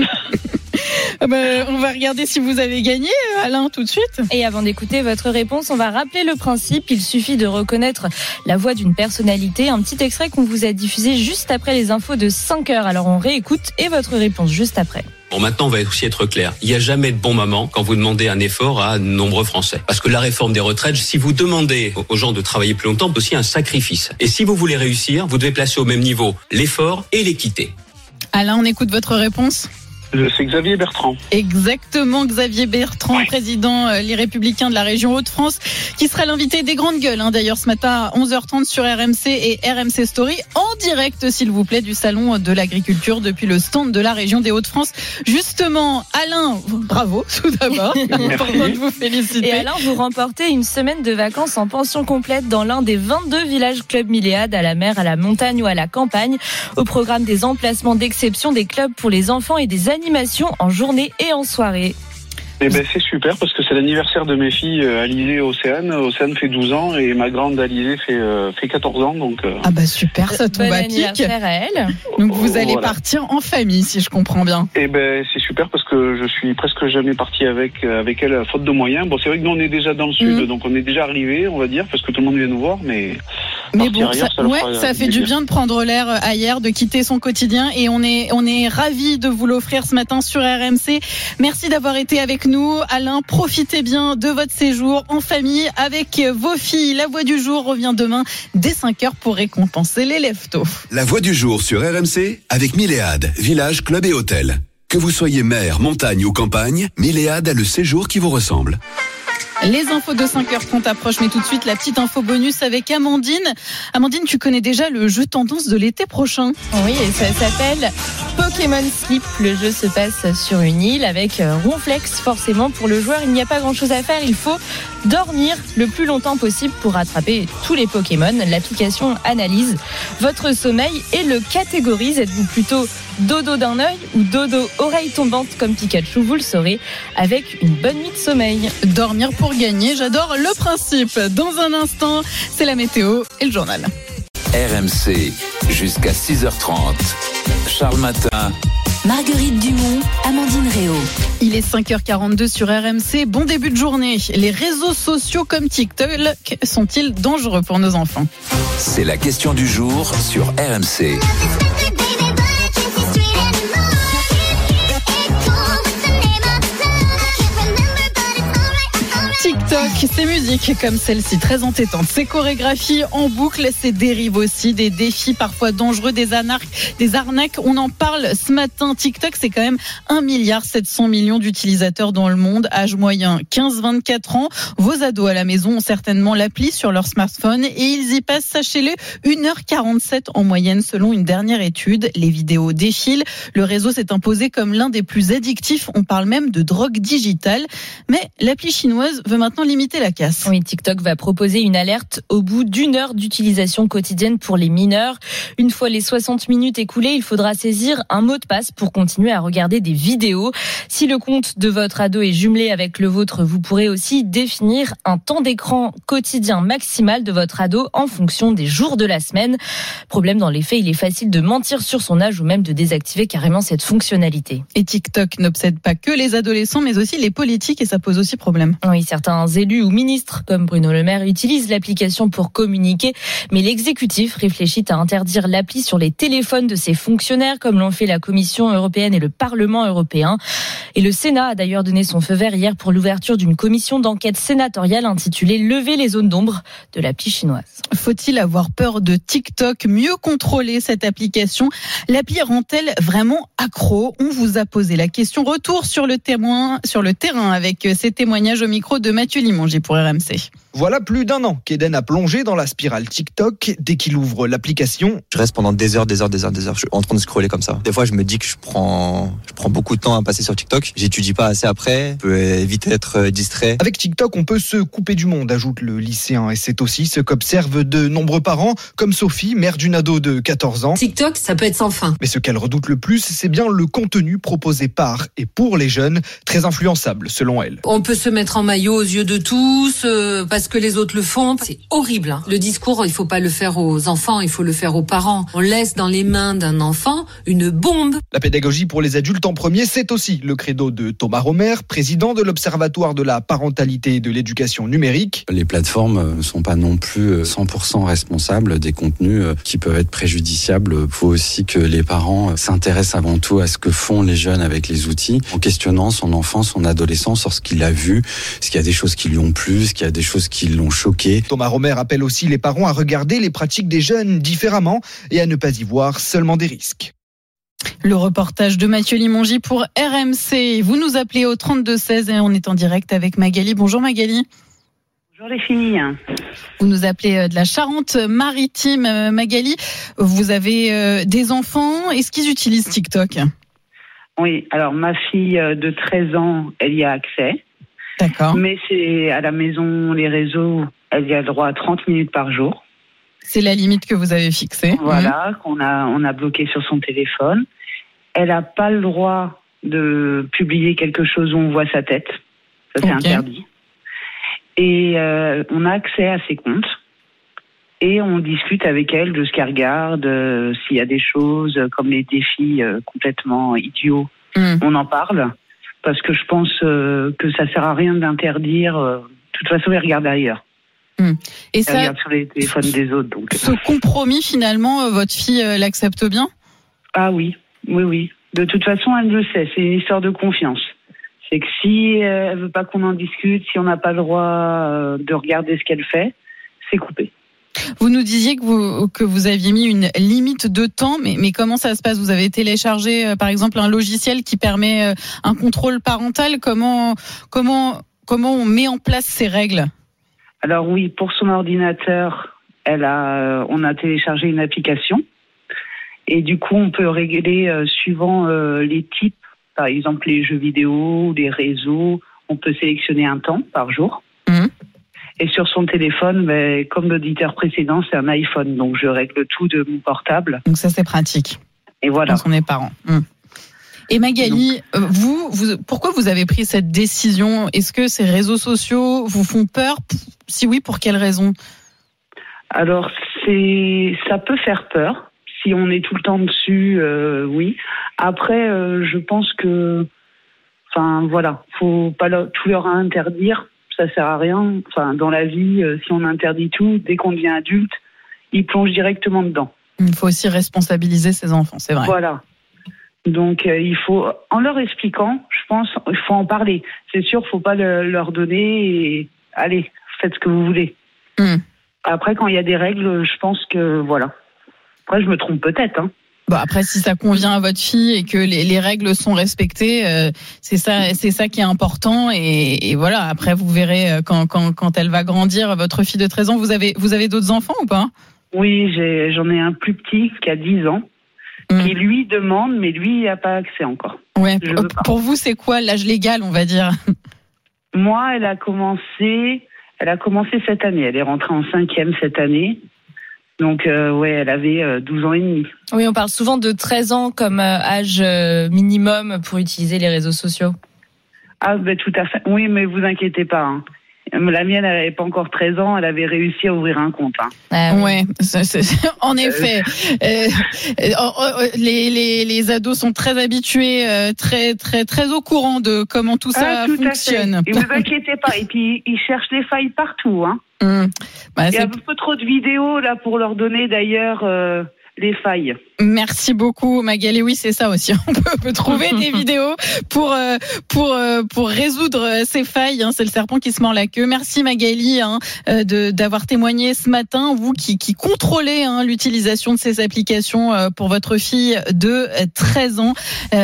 S3: On va regarder si vous avez gagné, Alain, tout de suite.
S4: Et avant d'écouter votre réponse, on va rappeler le principe. Il suffit de reconnaître la voix d'une personnalité. Un petit extrait qu'on vous a diffusé juste après les infos de 5h. Alors on réécoute et votre réponse juste après.
S15: Bon, maintenant, on va aussi être clair. Il n'y a jamais de bon moment quand vous demandez un effort à nombreux Français. Parce que la réforme des retraites, si vous demandez aux gens de travailler plus longtemps, c'est aussi un sacrifice. Et si vous voulez réussir, vous devez placer au même niveau l'effort et l'équité.
S3: Alain, on écoute votre réponse.
S22: C'est Xavier Bertrand.
S3: Exactement, Xavier Bertrand, président Les Républicains de la région Hauts-de-France, qui sera l'invité des grandes gueules, d'ailleurs ce matin à 11h30 sur RMC et RMC Story, en direct s'il vous plaît du salon de l'agriculture depuis le stand de la région des Hauts-de-France. Justement, Alain, bravo tout d'abord, important de vous féliciter.
S4: Et Alain, vous remportez une semaine de vacances en pension complète dans l'un des 22 villages clubs Milléade, à la mer, à la montagne ou à la campagne. Au programme des emplacements d'exception, des clubs pour les enfants et des animations en journée et en soirée.
S22: Eh ben c'est super parce que c'est l'anniversaire de mes filles Alizée et Océane. Océane fait 12 ans et ma grande Alizée fait 14 ans. Donc
S3: Ah bah super, ça tombe à pic.
S4: Bon anniversaire à elle.
S3: Donc vous allez partir en famille si je comprends bien.
S22: Eh ben c'est super parce que je suis presque jamais parti avec elle faute de moyens. Bon c'est vrai que nous on est déjà dans le sud donc on est déjà arrivé on va dire parce que tout le monde vient nous voir mais
S3: bon ça fait du bien de prendre l'air ailleurs, de quitter son quotidien et on est ravis de vous l'offrir ce matin sur RMC. Merci d'avoir été avec nous. Alain, profitez bien de votre séjour en famille avec vos filles. La Voix du jour revient demain dès 5h pour récompenser les leftos.
S2: La Voix du jour sur RMC avec Milléade, village, club et hôtel. Que vous soyez mer, montagne ou campagne, Milléade a le séjour qui vous ressemble.
S3: Les infos de 5h30 approchent, mais tout de suite la petite info bonus avec Amandine. Amandine, tu connais déjà le jeu tendance de l'été prochain.
S4: Oui, et ça s'appelle Pokémon Sleep. Le jeu se passe sur une île avec Ronflex. Forcément, pour le joueur, il n'y a pas grand-chose à faire. Il faut dormir le plus longtemps possible pour attraper tous les Pokémon. L'application analyse votre sommeil et le catégorise. Êtes-vous plutôt dodo d'un œil ou dodo oreille tombante comme Pikachu? Vous le saurez avec une bonne nuit de sommeil.
S3: Dormir pour gagner, j'adore le principe. Dans un instant, c'est la météo et le journal.
S6: RMC, jusqu'à 6h30. Charles Matin.
S1: Marguerite Dumont, Amandine Réau.
S3: Il est 5h42 sur RMC. Bon début de journée. Les réseaux sociaux comme TikTok sont-ils dangereux pour nos enfants?
S6: C'est la question du jour sur RMC.
S3: TikTok, ces musiques comme celle-ci, très entêtantes, ces chorégraphies en boucle, ces dérives aussi, des défis parfois dangereux, des arnaques. On en parle ce matin. TikTok, c'est quand même 1,7 milliard d'utilisateurs dans le monde, âge moyen 15-24 ans. Vos ados à la maison ont certainement l'appli sur leur smartphone et ils y passent, sachez-le, 1h47 en moyenne selon une dernière étude. Les vidéos défilent. Le réseau s'est imposé comme l'un des plus addictifs. On parle même de drogue digitale. Mais l'appli chinoise veut maintenant limiter la casse.
S4: Oui, TikTok va proposer une alerte au bout d'1 heure d'utilisation quotidienne pour les mineurs. Une fois les 60 minutes écoulées, il faudra saisir un mot de passe pour continuer à regarder des vidéos. Si le compte de votre ado est jumelé avec le vôtre, vous pourrez aussi définir un temps d'écran quotidien maximal de votre ado en fonction des jours de la semaine. Problème, dans les faits, il est facile de mentir sur son âge ou même de désactiver carrément cette fonctionnalité.
S3: Et TikTok n'obsède pas que les adolescents, mais aussi les politiques et ça pose aussi problème.
S4: Oui, certains élus ou ministres, comme Bruno Le Maire, utilisent l'application pour communiquer, mais l'exécutif réfléchit à interdire l'appli sur les téléphones de ses fonctionnaires, comme l'ont fait la Commission européenne et le Parlement européen. Et le Sénat a d'ailleurs donné son feu vert hier pour l'ouverture d'une commission d'enquête sénatoriale intitulée « Lever les zones d'ombre » de l'appli chinoise.
S3: Faut-il avoir peur de TikTok, mieux contrôler cette application? L'appli rend-elle vraiment accro? On vous a posé la question. Retour sur le terrain avec ces témoignages au micro de Mathieu Limongi pour RMC.
S5: Voilà plus d'1 an qu'Eden a plongé dans la spirale TikTok. Dès qu'il ouvre l'application,
S7: je reste pendant des heures. Je suis en train de scroller comme ça. Des fois, je me dis que je prends beaucoup de temps à passer sur TikTok. J'étudie pas assez après. Je peux éviter d'être distrait.
S5: Avec TikTok, on peut se couper du monde, ajoute le lycéen. Et c'est aussi ce qu'observent de nombreux parents, comme Sophie, mère d'une ado de 14 ans.
S8: TikTok, ça peut être sans fin.
S5: Mais ce qu'elle redoute le plus, c'est bien le contenu proposé par et pour les jeunes, très influençable selon elle.
S8: On peut se mettre en maillot aux yeux de tous, parce parce que les autres le font. C'est horrible. Le discours, il faut pas le faire aux enfants, il faut le faire aux parents. On laisse dans les mains d'un enfant une bombe.
S5: La pédagogie pour les adultes en premier, c'est aussi le credo de Thomas Romer, président de l'Observatoire de la parentalité et de l'éducation numérique.
S9: Les plateformes ne sont pas non plus 100% responsables des contenus qui peuvent être préjudiciables. Il faut aussi que les parents s'intéressent avant tout à ce que font les jeunes avec les outils, en questionnant son enfant, son adolescent sur ce qu'il a vu, est-ce qu'il y a des choses qui lui ont plu, est-ce qu'il y a des choses qui l'ont choqué.
S5: Thomas Romer appelle aussi les parents à regarder les pratiques des jeunes différemment et à ne pas y voir seulement des risques.
S3: Le reportage de Mathieu Limongi pour RMC. Vous nous appelez au 32-16 et on est en direct avec Magali. Bonjour Magali.
S21: Bonjour les filles.
S3: Vous nous appelez de la Charente-Maritime. Magali, vous avez des enfants. Est-ce qu'ils utilisent TikTok ?
S21: Oui, alors ma fille de 13 ans, elle y a accès.
S3: D'accord.
S21: Mais c'est à la maison, les réseaux, elle y a le droit à 30 minutes par jour.
S3: C'est la limite que vous avez fixée.
S21: Voilà, on a bloqué sur son téléphone. Elle n'a pas le droit de publier quelque chose où on voit sa tête. Ça, c'est interdit. Et on a accès à ses comptes. Et on discute avec elle de ce qu'elle regarde, s'il y a des choses comme les défis complètement idiots, on en parle. Parce que je pense que ça sert à rien d'interdire. De toute façon, elle regarde ailleurs.
S3: Et ça,
S21: elle regarde sur les téléphones des autres. Donc.
S3: Ce compromis, finalement, votre fille l'accepte bien ?
S21: Ah oui. De toute façon, elle le sait. C'est une histoire de confiance. C'est que si elle veut pas qu'on en discute, si on n'a pas le droit de regarder ce qu'elle fait, c'est coupé.
S3: Vous nous disiez que vous aviez mis une limite de temps, mais comment ça se passe ? Vous avez téléchargé, par exemple, un logiciel qui permet un contrôle parental. Comment on met en place ces règles ?
S21: Alors oui, pour son ordinateur, on a téléchargé une application. Et du coup, on peut régler suivant les types, par exemple les jeux vidéo, les réseaux. On peut sélectionner un temps par jour. Et sur son téléphone, comme l'auditeur précédent, c'est un iPhone. Donc, je règle tout de mon portable.
S3: Donc, ça, c'est pratique.
S21: Et voilà.
S3: Quand on est parent. Et Magali, vous, pourquoi vous avez pris cette décision ? Est-ce que ces réseaux sociaux vous font peur ? Si oui, pour quelles raisons ?
S21: Alors, ça peut faire peur. Si on est tout le temps dessus, oui. Après, je pense que, faut pas tout leur interdire. Ça sert à rien. Dans la vie, si on interdit tout, dès qu'on devient adulte, ils plongent directement dedans.
S3: Il faut aussi responsabiliser ses enfants, c'est vrai.
S21: Voilà. Donc, il faut, en leur expliquant, je pense, il faut en parler. C'est sûr, faut pas leur donner et allez, faites ce que vous voulez. Après, quand il y a des règles, je pense que voilà. Après, je me trompe peut-être,
S3: Bon, après, si ça convient à votre fille et que les règles sont respectées, c'est ça qui est important. Et voilà. Après, vous verrez quand elle va grandir, votre fille de 13 ans. Vous avez d'autres enfants ou pas ?
S21: Oui, j'en ai un plus petit qui a 10 ans, qui lui demande, mais lui, il n'a pas accès encore.
S3: Ouais. Pour vous, c'est quoi l'âge légal, on va dire ?
S21: Moi, elle a commencé cette année. Elle est rentrée en 5e cette année. Donc, elle avait 12 ans et demi.
S4: Oui, on parle souvent de 13 ans comme âge minimum pour utiliser les réseaux sociaux.
S21: Ah, tout à fait. Oui, mais vous inquiétez pas. La mienne, elle n'avait pas encore 13 ans, elle avait réussi à ouvrir un compte.
S3: Ouais, en effet. Les ados sont très habitués, très, très, très au courant de comment tout ça fonctionne.
S21: Et vous inquiétez pas. Et puis, ils cherchent des failles partout. Il y a un peu trop de vidéos là pour leur donner d'ailleurs les failles.
S3: Merci beaucoup Magali. Oui, c'est ça aussi. On peut trouver des vidéos pour résoudre ces failles. C'est le serpent qui se mord la queue. Merci Magali d'avoir témoigné ce matin. Vous qui contrôlez l'utilisation de ces applications pour votre fille de 13 ans,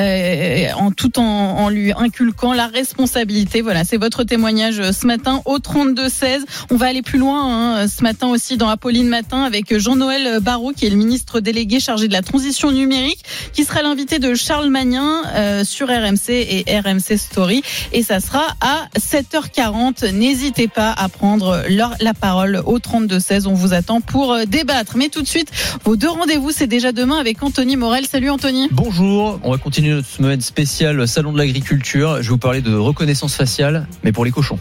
S3: en lui inculquant la responsabilité. Voilà, c'est votre témoignage ce matin au 32-16. On va aller plus loin ce matin aussi dans Apolline Matin avec Jean-Noël Barrot qui est le ministre délégué chargé de la transition numérique, qui sera l'invité de Charles Magnin sur RMC et RMC Story. Et ça sera à 7h40. N'hésitez pas à prendre la parole au 32-16. On vous attend pour débattre. Mais tout de suite, vos deux rendez-vous, c'est déjà demain avec Anthony Morel. Salut Anthony.
S23: Bonjour. On va continuer notre semaine spéciale Salon de l'Agriculture. Je vais vous parler de reconnaissance faciale, mais pour les cochons.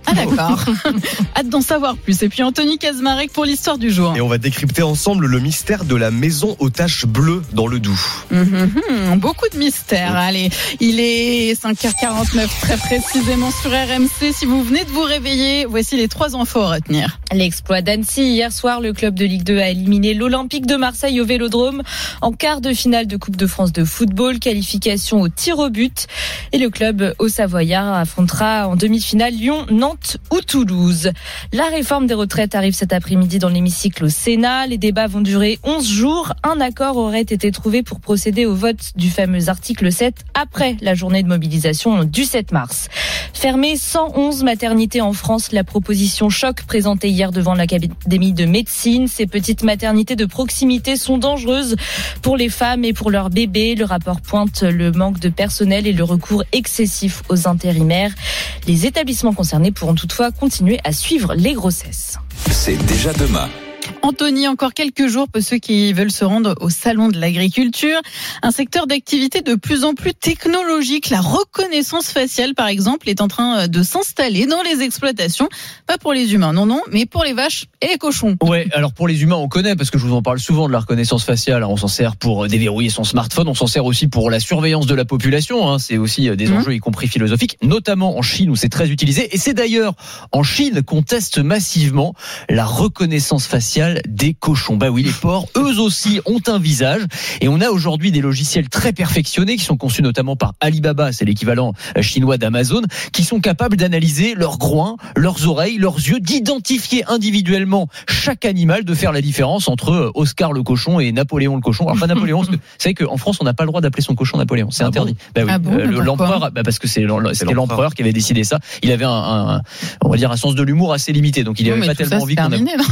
S3: Ah d'accord. Hâte d'en savoir plus. Et puis Anthony Kazmarek pour l'histoire du jour.
S13: Et on va décrypter ensemble le mystère de la maison aux taches bleues dans le Doubs.
S3: Beaucoup de mystères. Allez, il est 5h49 très précisément sur RMC. Si vous venez de vous réveiller, voici les 3 infos à retenir.
S4: L'exploit d'Annecy. Hier soir, le club de Ligue 2 a éliminé l'Olympique de Marseille au Vélodrome en quart de finale de Coupe de France de football. Qualification au tir au but. Et le club au Savoyard affrontera en demi-finale Lyon, Nantes ou Toulouse. La réforme des retraites arrive cet après-midi dans l'hémicycle au Sénat. Les débats vont durer 11 jours. Un accord aurait été trouvé pour procéder au vote du fameux article 7 après la journée de mobilisation du 7 mars. Fermer 111 maternités en France, la proposition choc présentée hier devant l'Académie de médecine. Ces petites maternités de proximité sont dangereuses pour les femmes et pour leurs bébés. Le rapport pointe le manque de personnel et le recours excessif aux intérimaires. Les établissements concernés pourront toutefois continuer à suivre les grossesses.
S6: C'est déjà demain.
S3: Anthony, encore quelques jours pour ceux qui veulent se rendre au salon de l'agriculture. Un secteur d'activité de plus en plus technologique. La reconnaissance faciale, par exemple, est en train de s'installer dans les exploitations. Pas pour les humains, non, mais pour les vaches et les cochons.
S10: Ouais, alors pour les humains, on connaît, parce que je vous en parle souvent de la reconnaissance faciale. On s'en sert pour déverrouiller son smartphone. On s'en sert aussi pour la surveillance de la population. C'est aussi des enjeux, y compris philosophiques, notamment en Chine où c'est très utilisé. Et c'est d'ailleurs en Chine qu'on teste massivement la reconnaissance faciale des cochons. Bah oui, les porcs, eux aussi, ont un visage. Et on a aujourd'hui des logiciels très perfectionnés qui sont conçus notamment par Alibaba, c'est l'équivalent chinois d'Amazon, qui sont capables d'analyser leurs groins, leurs oreilles, leurs yeux, d'identifier individuellement chaque animal, de faire la différence entre Oscar le cochon et Napoléon le cochon. Alors pas Napoléon, parce que vous savez qu'en France, on n'a pas le droit d'appeler son cochon Napoléon. C'est interdit. Bah oui. L'empereur, parce que c'était l'empereur qui avait décidé ça. Il avait on va dire un sens de l'humour assez limité, donc il n'avait pas tellement envie qu'on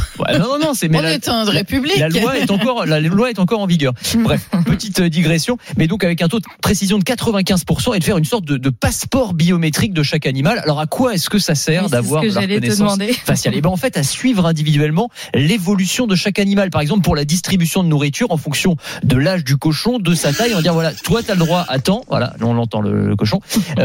S10: non, c'est
S3: on est en République.
S10: La loi est encore en vigueur. Bref, petite digression, mais donc avec un taux de précision de 95% et de faire une sorte de passeport biométrique de chaque animal. Alors à quoi est-ce que ça sert d'avoir la reconnaissance faciale ? Et ben en fait à suivre individuellement l'évolution de chaque animal. Par exemple pour la distribution de nourriture en fonction de l'âge du cochon, de sa taille, on va dire voilà, toi t'as le droit à tant, voilà, on l'entend le cochon.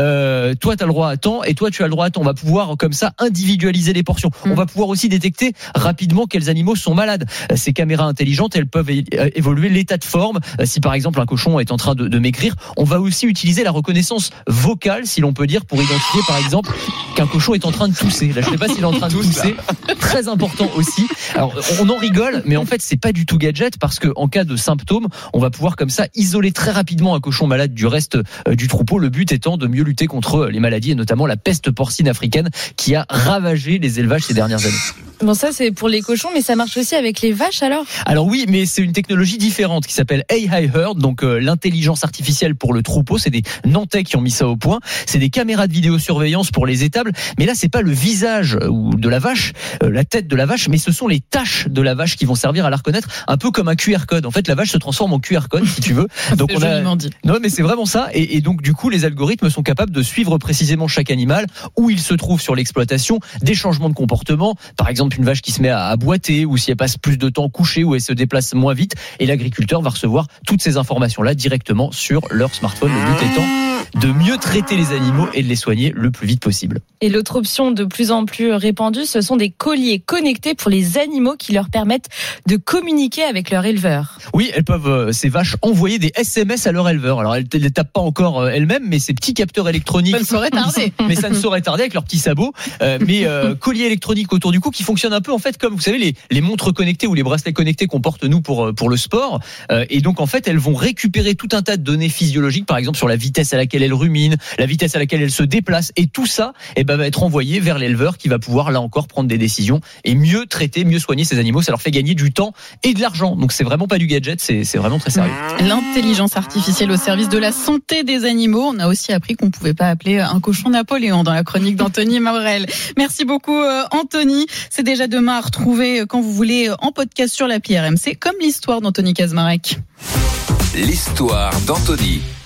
S10: Toi t'as le droit à tant et toi tu as le droit à tant. On va pouvoir comme ça individualiser les portions. On va pouvoir aussi détecter rapidement quels animaux sont malades. Ces caméras intelligentes, elles peuvent évoluer l'état de forme. Si par exemple un cochon est en train de maigrir, on va aussi utiliser la reconnaissance vocale, si l'on peut dire, pour identifier par exemple qu'un cochon est en train de tousser. Là, je sais pas s'il est en train de tousser. Très important aussi. Alors, on en rigole, mais en fait, c'est pas du tout gadget parce que en cas de symptômes, on va pouvoir comme ça isoler très rapidement un cochon malade du reste du troupeau. Le but étant de mieux lutter contre les maladies et notamment la peste porcine africaine qui a ravagé les élevages ces dernières années.
S4: Bon, ça c'est pour les cochons, mais ça marche aussi avec les vaches alors ?
S10: Alors oui, mais c'est une technologie différente qui s'appelle AI Herd, donc l'intelligence artificielle pour le troupeau. C'est des Nantais qui ont mis ça au point. C'est des caméras de vidéosurveillance pour les étables, mais là c'est pas le visage de la vache, la tête de la vache, mais ce sont les taches de la vache qui vont servir à la reconnaître, un peu comme un QR code. En fait, la vache se transforme en QR code, si tu veux. Donc
S3: c'est joliment dit.
S10: Non, mais c'est vraiment ça. Et donc du coup, les algorithmes sont capables de suivre précisément chaque animal, où il se trouve sur l'exploitation, des changements de comportement. Par exemple, une vache qui se met à boiter, ou si elle passe plus de temps couchée, ou elle se déplace moins vite. Et l'agriculteur va recevoir toutes ces informations-là directement sur leur smartphone. Le but étant de mieux traiter les animaux et de les soigner le plus vite possible.
S4: Et l'autre option de plus en plus répandue, ce sont des colliers connectés pour les animaux qui leur permettent de communiquer avec leur éleveur.
S10: Oui, elles peuvent, ces vaches, envoyer des SMS à leur éleveur. Alors elles ne les tapent pas encore elles-mêmes, mais ces petits capteurs électroniques...
S3: Ça ne saurait tarder.
S10: Mais ça ne saurait tarder avec leurs petits sabots. Mais colliers électroniques autour du cou qui fonctionnent un peu en fait comme, vous savez, les montres connectées ou les bracelets connectés qu'on porte nous pour le sport. Et donc en fait, elles vont récupérer tout un tas de données physiologiques, par exemple sur la vitesse à laquelle elles ruminent, la vitesse à laquelle elles se déplacent. Et tout ça va être envoyé vers l'éleveur qui va pouvoir là encore prendre des décisions et mieux traiter, mieux soigner ces animaux. Ça leur fait gagner du temps et de l'argent. Donc c'est vraiment pas du gadget, c'est vraiment très sérieux.
S3: L'intelligence artificielle au service de la santé des animaux. On a aussi appris qu'on pouvait pas appeler un cochon Napoléon dans la chronique d'Anthony Maurel. Merci beaucoup Anthony. C'est déjà demain à retrouver quand vous voulez en podcast sur l'appli RMC, comme l'histoire d'Anthony Kazmarek.
S6: L'histoire d'Anthony.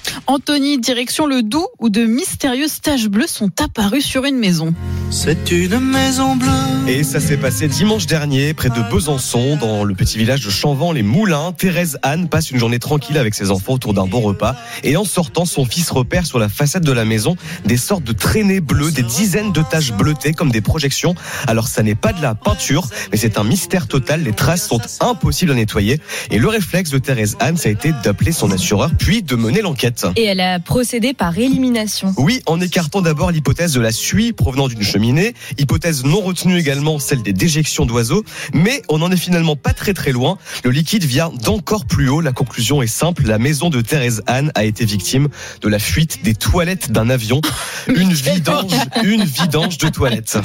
S3: Anthony, direction le Doubs où de mystérieuses taches bleues sont apparues sur une maison.
S12: C'est une maison bleue.
S13: Et ça s'est passé dimanche dernier, près de Besançon, dans le petit village de Chanvant-les-Moulins. Thérèse Anne passe une journée tranquille avec ses enfants autour d'un bon repas. Et en sortant, son fils repère sur la façade de la maison des sortes de traînées bleues, des dizaines de taches bleutées comme des projections. Alors ça n'est pas de la peinture, mais c'est un mystère total. Les traces sont impossibles à nettoyer. Et le réflexe de Thérèse Anne, ça a été d'appeler son assureur, puis de mener l'enquête.
S4: Et elle a procédé par élimination.
S13: Oui, en écartant d'abord l'hypothèse de la suie provenant d'une cheminée, hypothèse non retenue également celle des déjections d'oiseaux, mais on n'en est finalement pas très loin. Le liquide vient d'encore plus haut. La conclusion est simple, la maison de Thérèse Anne a été victime de la fuite des toilettes d'un avion. Une vidange de toilettes.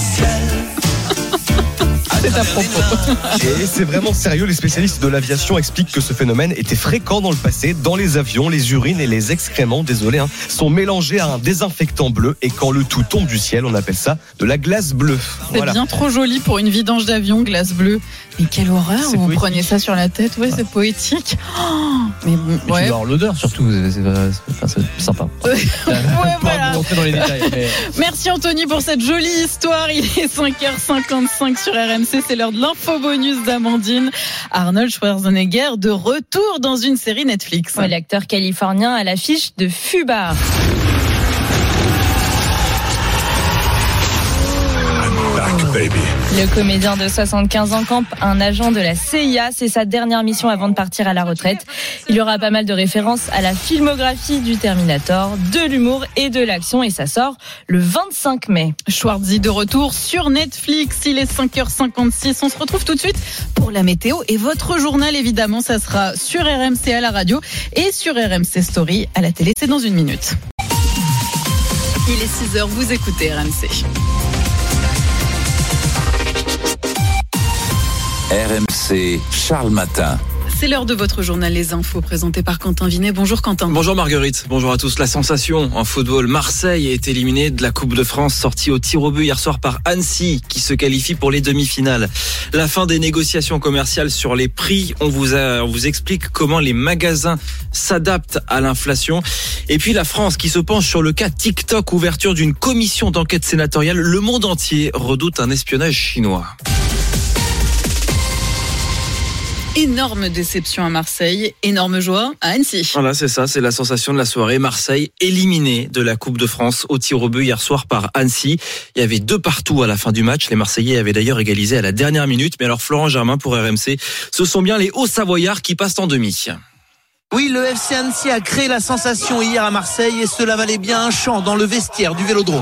S3: C'est à propos.
S13: Et c'est vraiment sérieux, les spécialistes de l'aviation expliquent que ce phénomène était fréquent dans le passé. Dans les avions, les urines et les excréments, sont mélangés à un désinfectant bleu. Et quand le tout tombe du ciel, on appelle ça de la glace bleue.
S3: C'est bien trop joli pour une vidange d'avion, glace bleue. Mais quelle horreur, vous prenez ça sur la tête, ouais, c'est poétique. Oh, mais bon,
S10: ouais. Tu dois avoir l'odeur surtout, c'est sympa.
S3: Voilà.
S10: Dans les détails, mais...
S3: Merci Anthony pour cette jolie histoire. Il est 5h55 sur RMC, c'est l'heure de l'info bonus d'Amandine. Arnold Schwarzenegger de retour dans une série Netflix.
S4: Ouais, l'acteur californien à l'affiche de Fubar. Le comédien de 75 ans campe un agent de la CIA. C'est sa dernière mission avant de partir à la retraite. Il y aura pas mal de références à la filmographie du Terminator, de l'humour et de l'action. Et ça sort le 25 mai.
S3: Schwarzy de retour sur Netflix. Il est 5h56. On se retrouve tout de suite pour la météo. Et votre journal, évidemment, ça sera sur RMC à la radio et sur RMC Story à la télé. C'est dans une minute. Il est 6h. Vous écoutez RMC.
S6: RMC, Charles Matin.
S3: C'est l'heure de votre journal Les Infos présenté par Quentin Vinet. Bonjour Quentin.
S14: Bonjour Marguerite, bonjour à tous. La sensation en football, Marseille est éliminé de la Coupe de France, sortie au tir au but hier soir par Annecy qui se qualifie pour les demi-finales. La fin des négociations commerciales sur les prix, on vous explique comment les magasins s'adaptent à l'inflation. Et puis la France qui se penche sur le cas TikTok, ouverture d'une commission d'enquête sénatoriale. Le monde entier redoute un espionnage chinois.
S3: Énorme déception à Marseille, énorme joie à Annecy.
S14: Voilà, c'est ça, c'est la sensation de la soirée. Marseille éliminé de la Coupe de France au tir au but hier soir par Annecy. Il y avait 2-2 à la fin du match. Les Marseillais avaient d'ailleurs égalisé à la dernière minute. Mais alors Florent Germain pour RMC, ce sont bien les Hauts-Savoyards qui passent en demi.
S23: Oui, le FC Annecy a créé la sensation hier à Marseille et cela valait bien un chant dans le vestiaire du Vélodrome.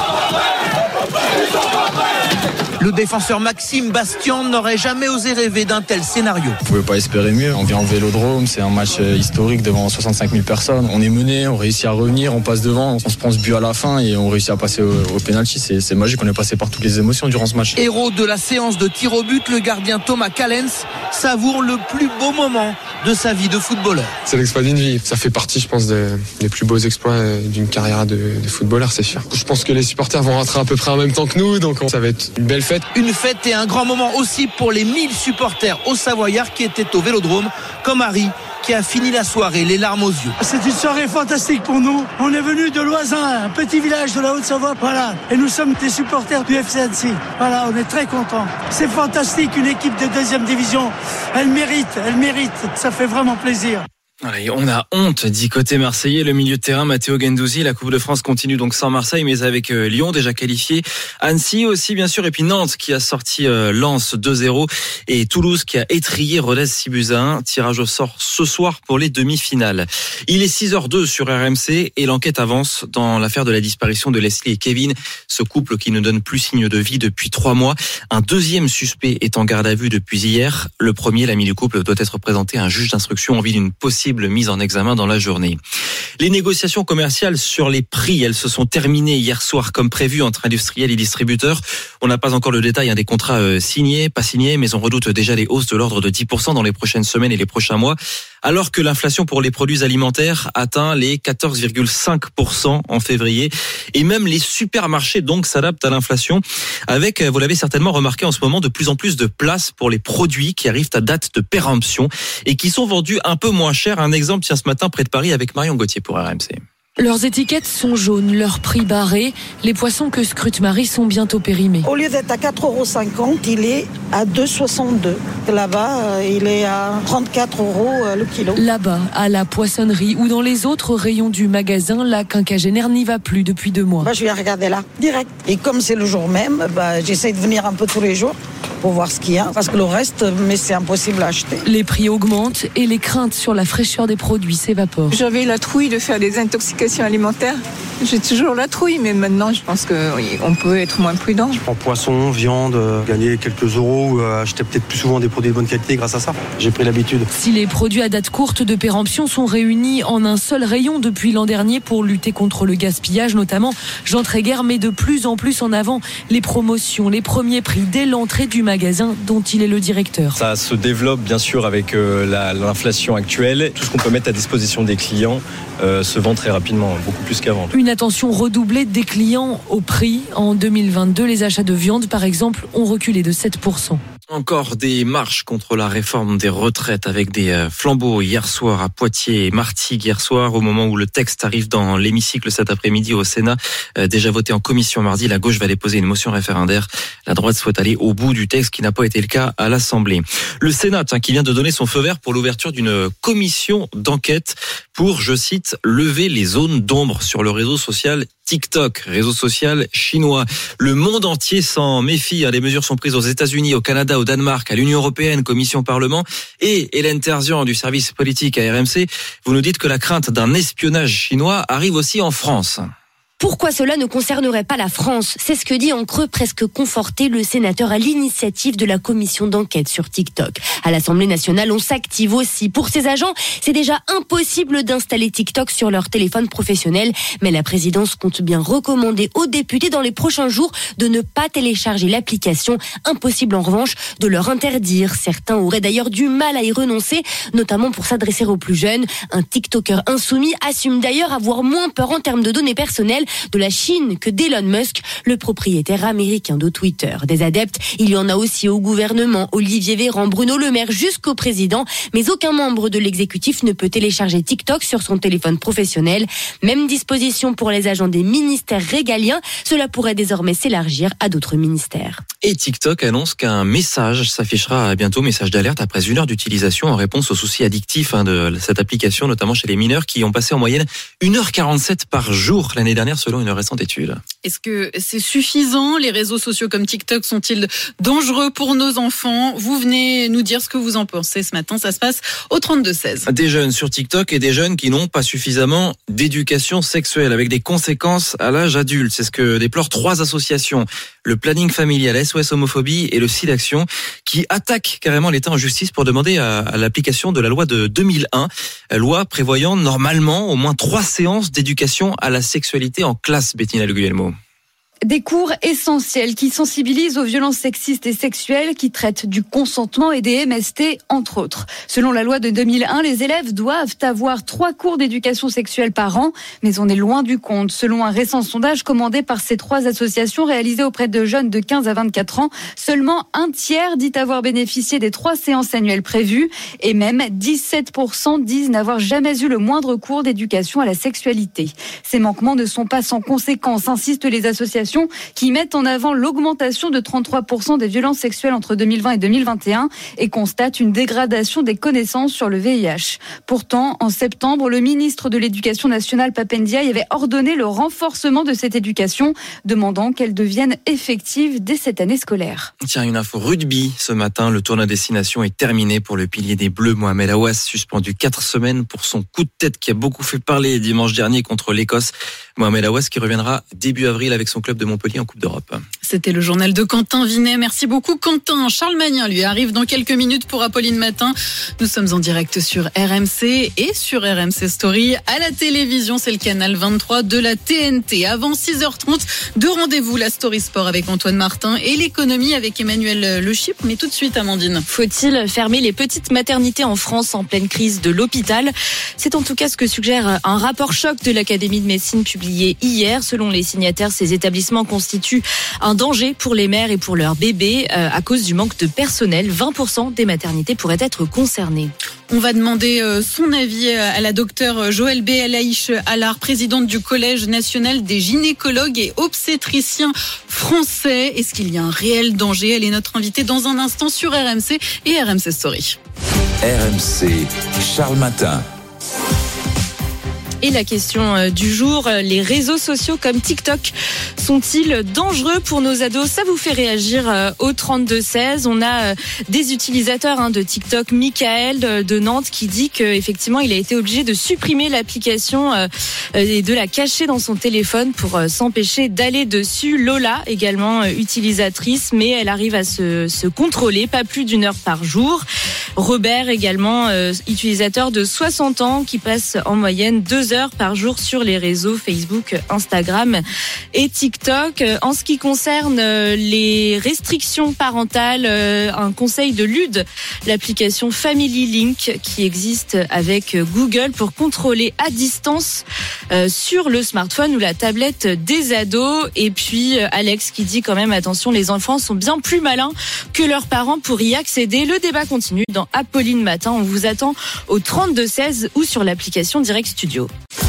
S23: Le défenseur Maxime Bastian n'aurait jamais osé rêver d'un tel scénario.
S24: On ne pouvait pas espérer mieux. On vient au Vélodrome, c'est un match historique devant 65 000 personnes. On est mené, on réussit à revenir, on passe devant, on se prend ce but à la fin et on réussit à passer au pénalty. C'est magique, on est passé par toutes les émotions durant ce match.
S23: Héros de la séance de tir au but, le gardien Thomas Callens savoure le plus beau moment de sa vie de footballeur.
S25: C'est l'exploit d'une vie. Ça fait partie, je pense, des plus beaux exploits d'une carrière de footballeur, c'est sûr. Je pense que les supporters vont rentrer à peu près en même temps que nous, donc ça va être une belle fête.
S23: Une fête et un grand moment aussi pour les 1000 supporters au Savoyard qui étaient au Vélodrome, comme Harry qui a fini la soirée les larmes aux yeux.
S26: C'est une soirée fantastique pour nous. On est venu de Loisin, un petit village de la Haute-Savoie, voilà. Et nous sommes des supporters du FC Annecy. Voilà, on est très contents. C'est fantastique, une équipe de 2e division. Elle mérite. Ça fait vraiment plaisir.
S14: Allez, on a honte, dit côté marseillais, le milieu de terrain Matteo Guendouzi. La Coupe de France continue donc sans Marseille, mais avec Lyon déjà qualifié. Annecy aussi, bien sûr, et puis Nantes qui a sorti Lens 2-0 et Toulouse qui a étrillé Rodez 6-1. Tirage au sort ce soir pour les demi-finales. Il est 6h02 sur RMC et l'enquête avance dans l'affaire de la disparition de Leslie et Kevin, ce couple qui ne donne plus signe de vie depuis 3 mois. Un deuxième suspect est en garde à vue depuis hier. Le premier, l'ami du couple, doit être présenté à un juge d'instruction en vue d'une possible mise en examen dans la journée. Les négociations commerciales sur les prix, elles se sont terminées hier soir comme prévu entre industriels et distributeurs. On n'a pas encore le détail des contrats signés, pas signés, mais on redoute déjà des hausses de l'ordre de 10% dans les prochaines semaines et les prochains mois. alors que l'inflation pour les produits alimentaires atteint les 14,5% en février. Et même les supermarchés donc s'adaptent à l'inflation avec, vous l'avez certainement remarqué en ce moment, de plus en plus de place pour les produits qui arrivent à date de péremption et qui sont vendus un peu moins cher. Un exemple, tiens, ce matin près de Paris avec Marion Gauthier pour RMC.
S11: Leurs étiquettes sont jaunes, leurs prix barrés. Les poissons que scrute Marie sont bientôt périmés.
S16: Au lieu d'être à 4,50 €, il est à 2,62 €. Là-bas, il est à 34 € le kilo.
S11: Là-bas, à la poissonnerie ou dans les autres rayons du magasin, la quinquagénaire n'y va plus depuis 2 mois.
S16: Je vais regarder là, direct. Et comme c'est le jour même, j'essaie de venir un peu tous les jours pour voir ce qu'il y a. Parce que le reste, mais c'est impossible à acheter.
S11: Les prix augmentent et les craintes sur la fraîcheur des produits s'évaporent.
S17: J'avais la trouille de faire des intoxications alimentaire. J'ai toujours la trouille, mais maintenant je pense qu'on peut être moins prudent.
S18: En poisson, viande, gagner quelques euros ou acheter peut-être plus souvent des produits de bonne qualité grâce à ça. J'ai pris l'habitude.
S11: Si les produits à date courte de péremption sont réunis en un seul rayon depuis l'an dernier pour lutter contre le gaspillage notamment, Jean Tréguer met de plus en plus en avant les promotions, les premiers prix dès l'entrée du magasin dont il est le directeur.
S19: Ça se développe bien sûr avec l'inflation actuelle. Tout ce qu'on peut mettre à disposition des clients se vend très rapidement, beaucoup plus qu'avant.
S11: Une attention redoublée des clients au prix. En 2022, les achats de viande, par exemple, ont reculé de 7%.
S14: Encore des marches contre la réforme des retraites avec des flambeaux hier soir à Poitiers et Martigues hier soir au moment où le texte arrive dans l'hémicycle cet après-midi au Sénat. Déjà voté en commission mardi, la gauche va déposer une motion référendaire. La droite souhaite aller au bout du texte qui n'a pas été le cas à l'Assemblée. Le Sénat qui vient de donner son feu vert pour l'ouverture d'une commission d'enquête pour, je cite, lever les zones d'ombre sur le réseau social TikTok, réseau social chinois. Le monde entier s'en méfie. Les mesures sont prises aux États-Unis, au Canada, au Danemark, à l'Union européenne, Commission, Parlement. Et Hélène Terzian du service politique à RMC, vous nous dites que la crainte d'un espionnage chinois arrive aussi en France.
S20: Pourquoi cela ne concernerait pas la France ? C'est ce que dit en creux presque conforté le sénateur à l'initiative de la commission d'enquête sur TikTok. À l'Assemblée nationale, on s'active aussi. Pour ces agents, c'est déjà impossible d'installer TikTok sur leur téléphone professionnel. Mais la présidence compte bien recommander aux députés dans les prochains jours de ne pas télécharger l'application. Impossible en revanche de leur interdire. Certains auraient d'ailleurs du mal à y renoncer, notamment pour s'adresser aux plus jeunes. Un TikToker insoumis assume d'ailleurs avoir moins peur en termes de données personnelles de la Chine que d'Elon Musk, le propriétaire américain de Twitter. Des adeptes, il y en a aussi au gouvernement, Olivier Véran, Bruno Le Maire jusqu'au président, mais aucun membre de l'exécutif ne peut télécharger TikTok sur son téléphone professionnel. Même disposition pour les agents des ministères régaliens, cela pourrait désormais s'élargir à d'autres ministères.
S14: Et TikTok annonce qu'un message s'affichera bientôt, message d'alerte après 1 heure d'utilisation en réponse aux soucis addictifs de cette application, notamment chez les mineurs qui ont passé en moyenne 1h47 par jour l'année dernière selon une récente étude.
S3: Est-ce que c'est suffisant ? Les réseaux sociaux comme TikTok sont-ils dangereux pour nos enfants ? Vous venez nous dire ce que vous en pensez ce matin. Ça se passe au 32-16.
S14: Des jeunes sur TikTok et des jeunes qui n'ont pas suffisamment d'éducation sexuelle avec des conséquences à l'âge adulte. C'est ce que déplorent 3 associations. Le Planning Familial, SOS Homophobie et le SIDAction qui attaquent carrément l'État en justice pour demander à l'application de la loi de 2001. Loi prévoyant normalement au moins 3 séances d'éducation à la sexualité en classe, Bettina Le Guillemot.
S27: Des cours essentiels qui sensibilisent aux violences sexistes et sexuelles, qui traitent du consentement et des MST, entre autres. Selon la loi de 2001, les élèves doivent avoir 3 cours d'éducation sexuelle par an, mais on est loin du compte. Selon un récent sondage commandé par ces 3 associations réalisé auprès de jeunes de 15 à 24 ans, seulement un tiers dit avoir bénéficié des 3 séances annuelles prévues, et même 17% disent n'avoir jamais eu le moindre cours d'éducation à la sexualité. Ces manquements ne sont pas sans conséquences, insistent les associations qui mettent en avant l'augmentation de 33% des violences sexuelles entre 2020 et 2021 et constatent une dégradation des connaissances sur le VIH. Pourtant, en septembre, le ministre de l'Éducation nationale, Pap Ndiaye, avait ordonné le renforcement de cette éducation, demandant qu'elle devienne effective dès cette année scolaire.
S14: Tiens, une info rugby. Ce matin, le tournoi Destination est terminé pour le pilier des Bleus, Mohamed Aouas, suspendu 4 semaines pour son coup de tête qui a beaucoup fait parler dimanche dernier contre l'Écosse. Mohamed Aouas qui reviendra début avril avec son club de de Montpellier en Coupe d'Europe.
S3: C'était le journal de Quentin Vinet. Merci beaucoup Quentin. Charles Magnin, lui, arrive dans quelques minutes pour Apolline Matin. Nous sommes en direct sur RMC et sur RMC Story. À la télévision, c'est le canal 23 de la TNT. Avant 6h30, de rendez-vous, la Story Sport avec Antoine Martin et l'économie avec Emmanuel Le Chypre. Mais tout de suite, Amandine.
S4: Faut-il fermer les petites maternités en France en pleine crise de l'hôpital? C'est en tout cas ce que suggère un rapport choc de l'Académie de médecine publié hier. Selon les signataires, ces établissements constituent un danger pour les mères et pour leurs bébés à cause du manque de personnel. 20% des maternités pourraient être concernées.
S3: On va demander son avis à la docteure Joëlle Belaïch Allard, présidente du Collège national des gynécologues et obstétriciens français. Est-ce qu'il y a un réel danger? Elle est notre invitée dans un instant sur RMC et RMC Story.
S6: RMC, Charles Matin.
S4: Et la question du jour, les réseaux sociaux comme TikTok sont-ils dangereux pour nos ados? Ça vous fait réagir au 32-16. On a des utilisateurs de TikTok, Michael de Nantes, qui dit qu'effectivement il a été obligé de supprimer l'application et de la cacher dans son téléphone pour s'empêcher d'aller dessus. Lola, également utilisatrice, mais elle arrive à se contrôler, pas plus d'1 heure par jour. Robert, également utilisateur de 60 ans, qui passe en moyenne 2 heures par jour sur les réseaux Facebook, Instagram et TikTok. En ce qui concerne les restrictions parentales, un conseil de Lude, l'application Family Link qui existe avec Google pour contrôler à distance sur le smartphone ou la tablette des ados. Et puis Alex qui dit quand même attention, les enfants sont bien plus malins que leurs parents pour y accéder. Le débat continue dans Apolline Matin. On vous attend au 32-16 ou sur l'application Direct Studio.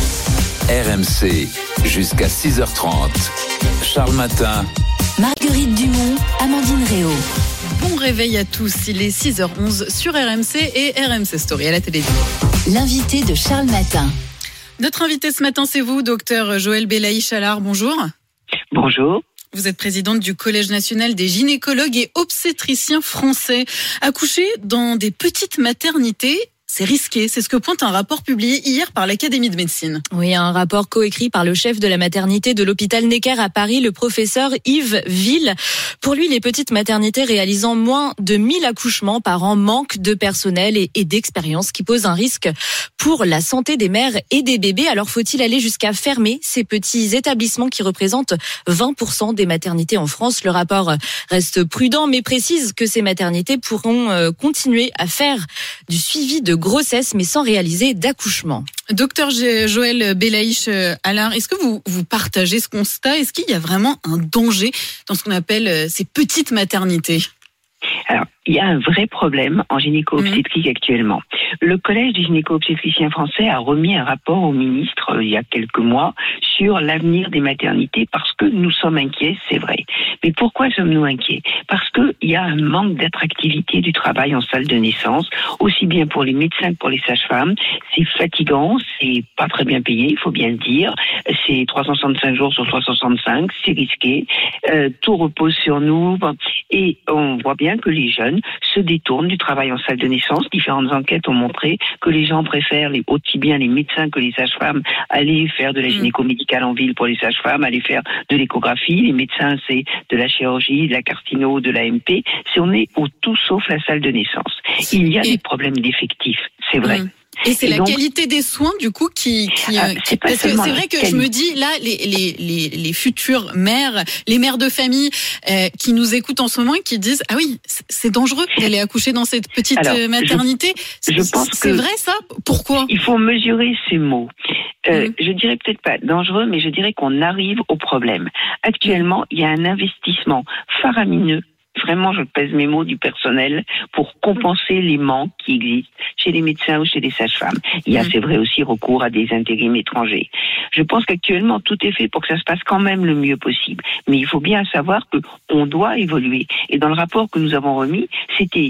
S6: RMC, jusqu'à 6h30. Charles Matin.
S1: Marguerite Dumont, Amandine Réau.
S3: Bon réveil à tous, il est 6h11 sur RMC et RMC Story à la télévision.
S1: L'invité de Charles Matin.
S3: Notre invité ce matin, c'est vous, docteur Joëlle Belaïch Allard. Bonjour.
S2: Bonjour.
S3: Vous êtes présidente du Collège national des gynécologues et obstétriciens français. Accoucher dans des petites maternités, c'est risqué. C'est ce que pointe un rapport publié hier par l'Académie de médecine.
S4: Oui, un rapport coécrit par le chef de la maternité de l'hôpital Necker à Paris, le professeur Yves Ville. Pour lui, les petites maternités réalisant moins de 1000 accouchements par an manquent de personnel et d'expérience, qui pose un risque pour la santé des mères et des bébés. Alors faut-il aller jusqu'à fermer ces petits établissements qui représentent 20% des maternités en France? Le rapport reste prudent mais précise que ces maternités pourront continuer à faire du suivi de grossesse mais sans réaliser d'accouchement.
S3: Docteur Joëlle Belaïch Allard, est-ce que vous partagez ce constat? Est-ce qu'il y a vraiment un danger dans ce qu'on appelle ces petites maternités?
S2: Alors, il y a un vrai problème en gynéco-obstétrique actuellement. Le Collège des gynéco-obstétriciens français a remis un rapport au ministre il y a quelques mois sur l'avenir des maternités parce que nous sommes inquiets, c'est vrai. Mais pourquoi sommes-nous inquiets? Parce qu'il y a un manque d'attractivité du travail en salle de naissance, aussi bien pour les médecins que pour les sages-femmes. C'est fatigant, c'est pas très bien payé, il faut bien le dire. C'est 365 jours sur 365, c'est risqué. Tout repose sur nous et on voit bien que les jeunes se détournent du travail en salle de naissance. Différentes enquêtes ont montré que les gens préfèrent, aussi bien les médecins que les sages-femmes, aller faire de la gynéco-médicale en ville pour les sages-femmes, aller faire de l'échographie. Les médecins, c'est de la chirurgie, de la carcino, de l'AMP. On est au tout sauf la salle de naissance. Il y a des problèmes d'effectifs, c'est vrai.
S3: Et c'est la qualité des soins, du coup, parce que c'est vrai que je me dis, là, les futures mères, les mères de famille qui nous écoutent en ce moment et qui disent, ah oui, c'est dangereux d'aller accoucher dans cette petite maternité.
S2: Je pense que
S3: c'est vrai, ça? Pourquoi?
S2: Il faut mesurer ces mots. Je dirais peut-être pas dangereux, mais je dirais qu'on arrive au problème. Actuellement, il y a un investissement faramineux. Vraiment, je pèse mes mots, du personnel pour compenser les manques qui existent chez les médecins ou chez les sages-femmes. Il y a, c'est vrai, aussi recours à des intérims étrangers. Je pense qu'actuellement, tout est fait pour que ça se passe quand même le mieux possible. Mais il faut bien savoir qu'on doit évoluer. Et dans le rapport que nous avons remis, c'était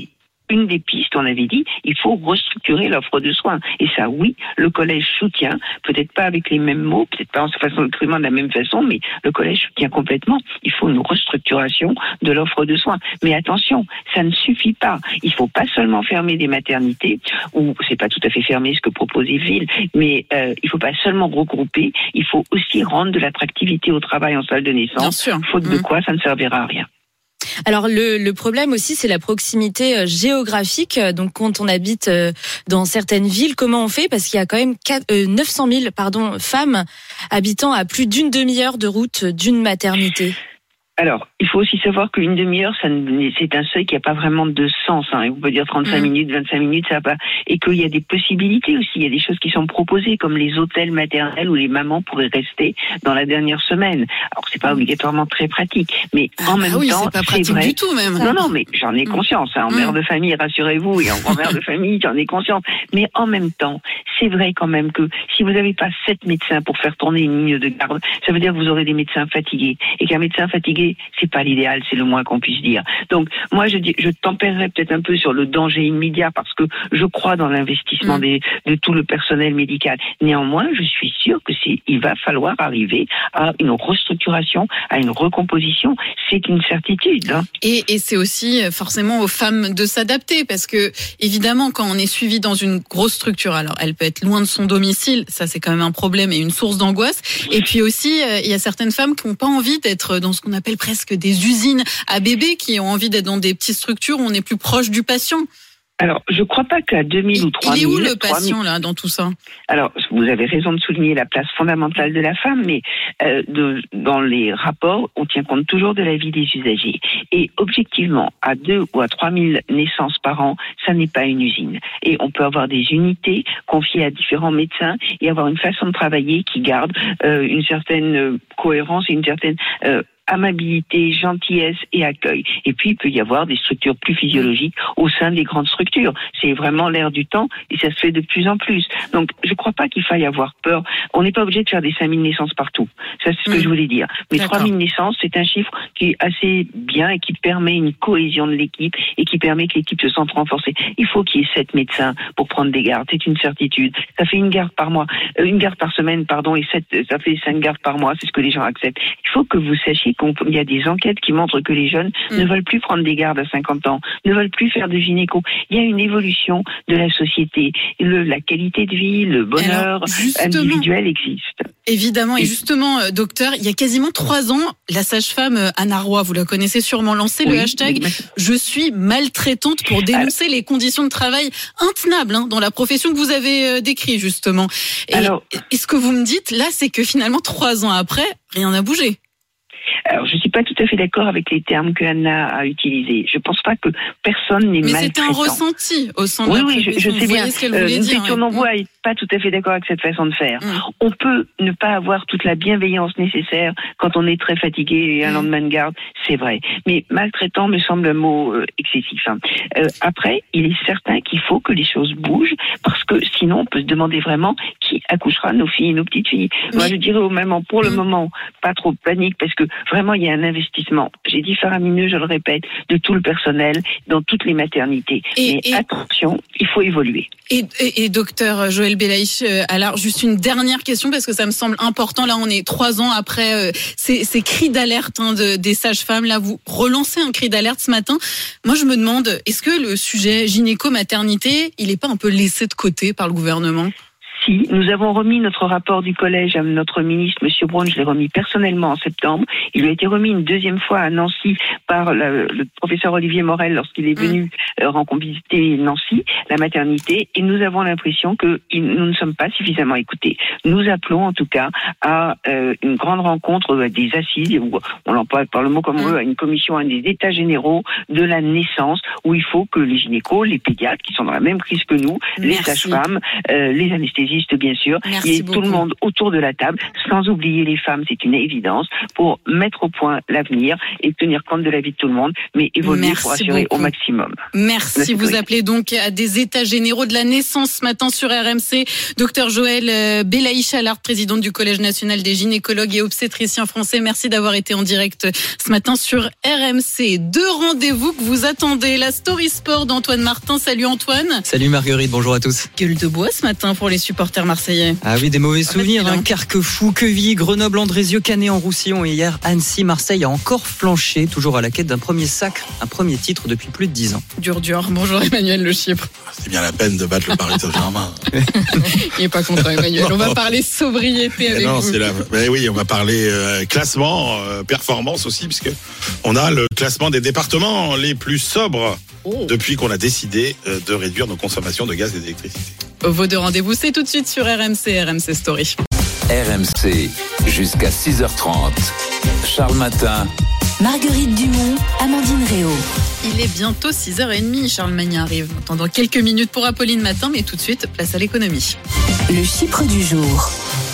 S2: une des pistes, on avait dit, il faut restructurer l'offre de soins. Et ça, oui, le collège soutient, peut-être pas avec les mêmes mots, peut-être pas en façon de la même façon, mais le collège soutient complètement. Il faut une restructuration de l'offre de soins. Mais attention, ça ne suffit pas. Il faut pas seulement fermer des maternités, ou c'est pas tout à fait fermé ce que propose Yville, mais il faut pas seulement regrouper, il faut aussi rendre de l'attractivité au travail en salle de naissance. Faute de quoi, ça ne servira à rien.
S4: Alors le problème aussi, c'est la proximité géographique. Donc quand on habite dans certaines villes, comment on fait ? Parce qu'il y a quand même 900 000 femmes habitant à plus d'une demi-heure de route d'une maternité.
S2: Alors, il faut aussi savoir qu'une demi-heure, c'est un seuil qui n'a pas vraiment de sens. Hein. On peut dire 35 minutes, 25 minutes, ça va pas. Et qu'il y a des possibilités aussi. Il y a des choses qui sont proposées, comme les hôtels maternels où les mamans pourraient rester dans la dernière semaine. Alors, c'est pas obligatoirement très pratique, mais en même temps,
S3: c'est pas pratique
S2: vrai.
S3: Du tout, même.
S2: Non, mais j'en ai conscience. Hein. En mère de famille, rassurez-vous, et en grand-mère de famille, j'en ai conscience. Mais en même temps, c'est vrai quand même que si vous n'avez pas 7 médecins pour faire tourner une ligne de garde, ça veut dire que vous aurez des médecins fatigués. Et qu'un médecin fatigué, c'est pas l'idéal, c'est le moins qu'on puisse dire. Donc, moi, je tempérerais peut-être un peu sur le danger immédiat parce que je crois dans l'investissement de tout le personnel médical. Néanmoins, je suis sûre que il va falloir arriver à une restructuration, à une recomposition. C'est une certitude. Hein.
S3: Et c'est aussi forcément aux femmes de s'adapter parce que, évidemment, quand on est suivi dans une grosse structure, alors elle peut être loin de son domicile, ça c'est quand même un problème et une source d'angoisse. Et puis aussi, il y a certaines femmes qui n'ont pas envie d'être dans ce qu'on appelle presque des usines à bébés, qui ont envie d'être dans des petites structures où on est plus proche du patient.
S2: Alors, je ne crois pas qu'à 2000 ou 3000...
S3: Il est où le patient, là, dans tout ça ?
S2: Alors, vous avez raison de souligner la place fondamentale de la femme, mais dans les rapports, on tient compte toujours de la vie des usagers. Et objectivement, à 2 ou à 3000 naissances par an, ça n'est pas une usine. Et on peut avoir des unités confiées à différents médecins et avoir une façon de travailler qui garde une certaine cohérence et une certaine... amabilité, gentillesse et accueil. Et puis, il peut y avoir des structures plus physiologiques au sein des grandes structures. C'est vraiment l'air du temps et ça se fait de plus en plus. Donc, je ne crois pas qu'il faille avoir peur. On n'est pas obligé de faire des 5000 naissances partout. Ça, c'est ce que je voulais dire. Mais 3000 naissances, c'est un chiffre qui est assez bien et qui permet une cohésion de l'équipe et qui permet que l'équipe se sente renforcée. Il faut qu'il y ait 7 médecins pour prendre des gardes. C'est une certitude. Ça fait une garde par mois, une garde par semaine, pardon, et 7, ça fait 5 gardes par mois. C'est ce que les gens acceptent. Il faut que vous sachiez qu'il y a des enquêtes qui montrent que les jeunes ne veulent plus prendre des gardes à 50 ans, ne veulent plus faire de gynéco. Il y a une évolution de la société. La qualité de vie, le bonheur individuel existe.
S3: Évidemment. Et justement, docteur, il y a quasiment 3 ans, la sage-femme Anna Roy, vous la connaissez sûrement, lancé le hashtag « Je suis maltraitante » pour dénoncer les conditions de travail intenables dans la profession que vous avez décrit, justement. Et ce que vous me dites, là, c'est que finalement, 3 ans après, rien n'a bougé.
S2: Alors, je suis pas tout à fait d'accord avec les termes que Anna a utilisés. Je pense pas que personne n'est maltraitant.
S3: Mais c'était un ressenti au sein de la profession.
S2: Oui, je sais bien.
S3: Ce qu'elle voulait dire.
S2: Pétion d'envoi est pas tout à fait d'accord avec cette façon de faire. On peut ne pas avoir toute la bienveillance nécessaire quand on est très fatigué et un lendemain de garde, c'est vrai. Mais maltraitant me semble un mot excessif. Après, il est certain qu'il faut que les choses bougent parce que sinon on peut se demander vraiment qui accouchera nos filles et nos petites filles. Moi, je dirais pour le moment, pas trop de panique parce que vraiment, il y a un investissement, j'ai dit faramineux, je le répète, de tout le personnel dans toutes les maternités. Mais attention, il faut évoluer.
S3: Et docteur Joël Belaïch, alors juste une dernière question parce que ça me semble important. Là, on est 3 ans après ces cris d'alerte des sages-femmes. Là, vous relancez un cri d'alerte ce matin. Moi, je me demande, est-ce que le sujet gynéco-maternité, il n'est pas un peu laissé de côté par le gouvernement ?
S2: Si, nous avons remis notre rapport du collège à notre ministre, M. Braun, je l'ai remis personnellement en septembre. Il lui a été remis une deuxième fois à Nancy par le professeur Olivier Morel lorsqu'il est venu visiter Nancy, la maternité, et nous avons l'impression que nous ne sommes pas suffisamment écoutés. Nous appelons en tout cas à une grande rencontre des assises, où on l'emploie par le mot comme on veut, à une commission, à des états généraux de la naissance, où il faut que les gynécos, les pédiatres qui sont dans la même crise que nous, les sages-femmes, les anesthésistes, existe bien sûr.
S27: Merci
S2: Il y a
S27: beaucoup.
S2: tout le monde autour de la table, sans oublier les femmes, c'est une évidence, pour mettre au point l'avenir et tenir compte de la vie de tout le monde, mais évoluer pour assurer au maximum.
S3: Merci. Vous appelez donc à des états généraux de la naissance ce matin sur RMC. Docteur Joël Belaïch-Allard, présidente du Collège national des gynécologues et obstétriciens français. Merci d'avoir été en direct ce matin sur RMC. 2 rendez-vous que vous attendez. La Story Sport d'Antoine Martin. Salut Antoine.
S5: Salut Marguerite, bonjour à tous.
S3: Gueule de bois ce matin pour les supporters marseillais.
S5: Ah oui, des mauvais souvenirs. Carquefou, Quevilly, Grenoble, Andrézieux, Canet en Roussillon et hier Annecy, Marseille a encore flanché, toujours à la quête d'un premier sacre, un premier titre depuis plus de 10 ans.
S3: Dur. Bonjour Emmanuel Le Chypre.
S7: C'est bien la peine de battre le Paris Saint-Germain.
S3: Il n'est pas content Emmanuel. On va parler sobriété avec vous.
S7: Mais oui, on va parler classement, performance aussi, puisque on a le classement des départements les plus sobres depuis qu'on a décidé de réduire nos consommations de gaz et d'électricité.
S3: Vos 2 rendez-vous, c'est tout de suite sur RMC Story.
S6: RMC, jusqu'à 6h30. Charles Matin.
S1: Marguerite Dumont, Amandine Réau.
S3: Il est bientôt 6h30, Charles Magnin arrive. Dans quelques minutes pour Apolline Matin, mais tout de suite, place à l'économie.
S1: Le Chypre du jour.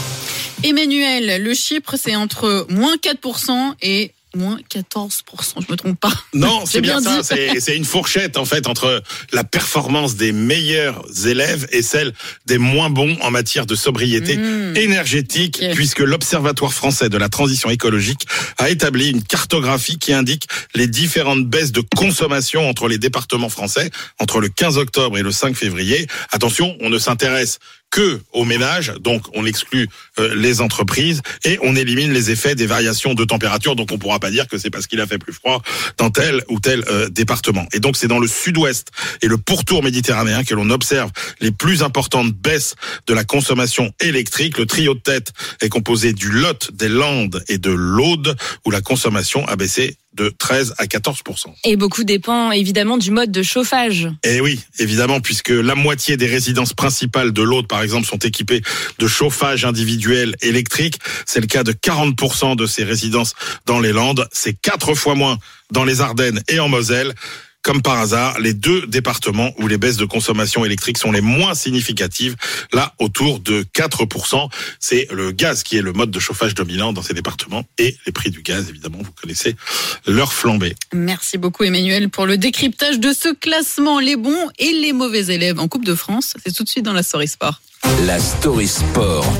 S3: Emmanuel, le Chypre, c'est entre moins 4% et moins 14%, je me trompe pas.
S7: Non, c'est bien ça, c'est une fourchette en fait entre la performance des meilleurs élèves et celle des moins bons en matière de sobriété énergétique, puisque l'Observatoire français de la transition écologique a établi une cartographie qui indique les différentes baisses de consommation entre les départements français entre le 15 octobre et le 5 février. Attention, on ne s'intéresse que aux ménages, donc on exclut les entreprises et on élimine les effets des variations de température, donc on pourra pas dire que c'est parce qu'il a fait plus froid dans tel ou tel département. Et donc c'est dans le sud-ouest et le pourtour méditerranéen que l'on observe les plus importantes baisses de la consommation électrique. Le trio de tête est composé du Lot, des Landes et de l'Aude, où la consommation a baissé de 13 à 14%.
S4: Et beaucoup dépend évidemment du mode de chauffage.
S7: Et oui, évidemment, puisque la moitié des résidences principales de l'Aude, par exemple, sont équipées de chauffage individuel électrique. C'est le cas de 40% de ces résidences dans les Landes. C'est 4 fois moins dans les Ardennes et en Moselle. Comme par hasard, les 2 départements où les baisses de consommation électrique sont les moins significatives, là, autour de 4%. C'est le gaz qui est le mode de chauffage dominant dans ces départements et les prix du gaz, évidemment, vous connaissez leur flambée.
S3: Merci beaucoup Emmanuel pour le décryptage de ce classement, les bons et les mauvais élèves en Coupe de France. C'est tout de suite dans la Story Sport.
S6: La Story Sport.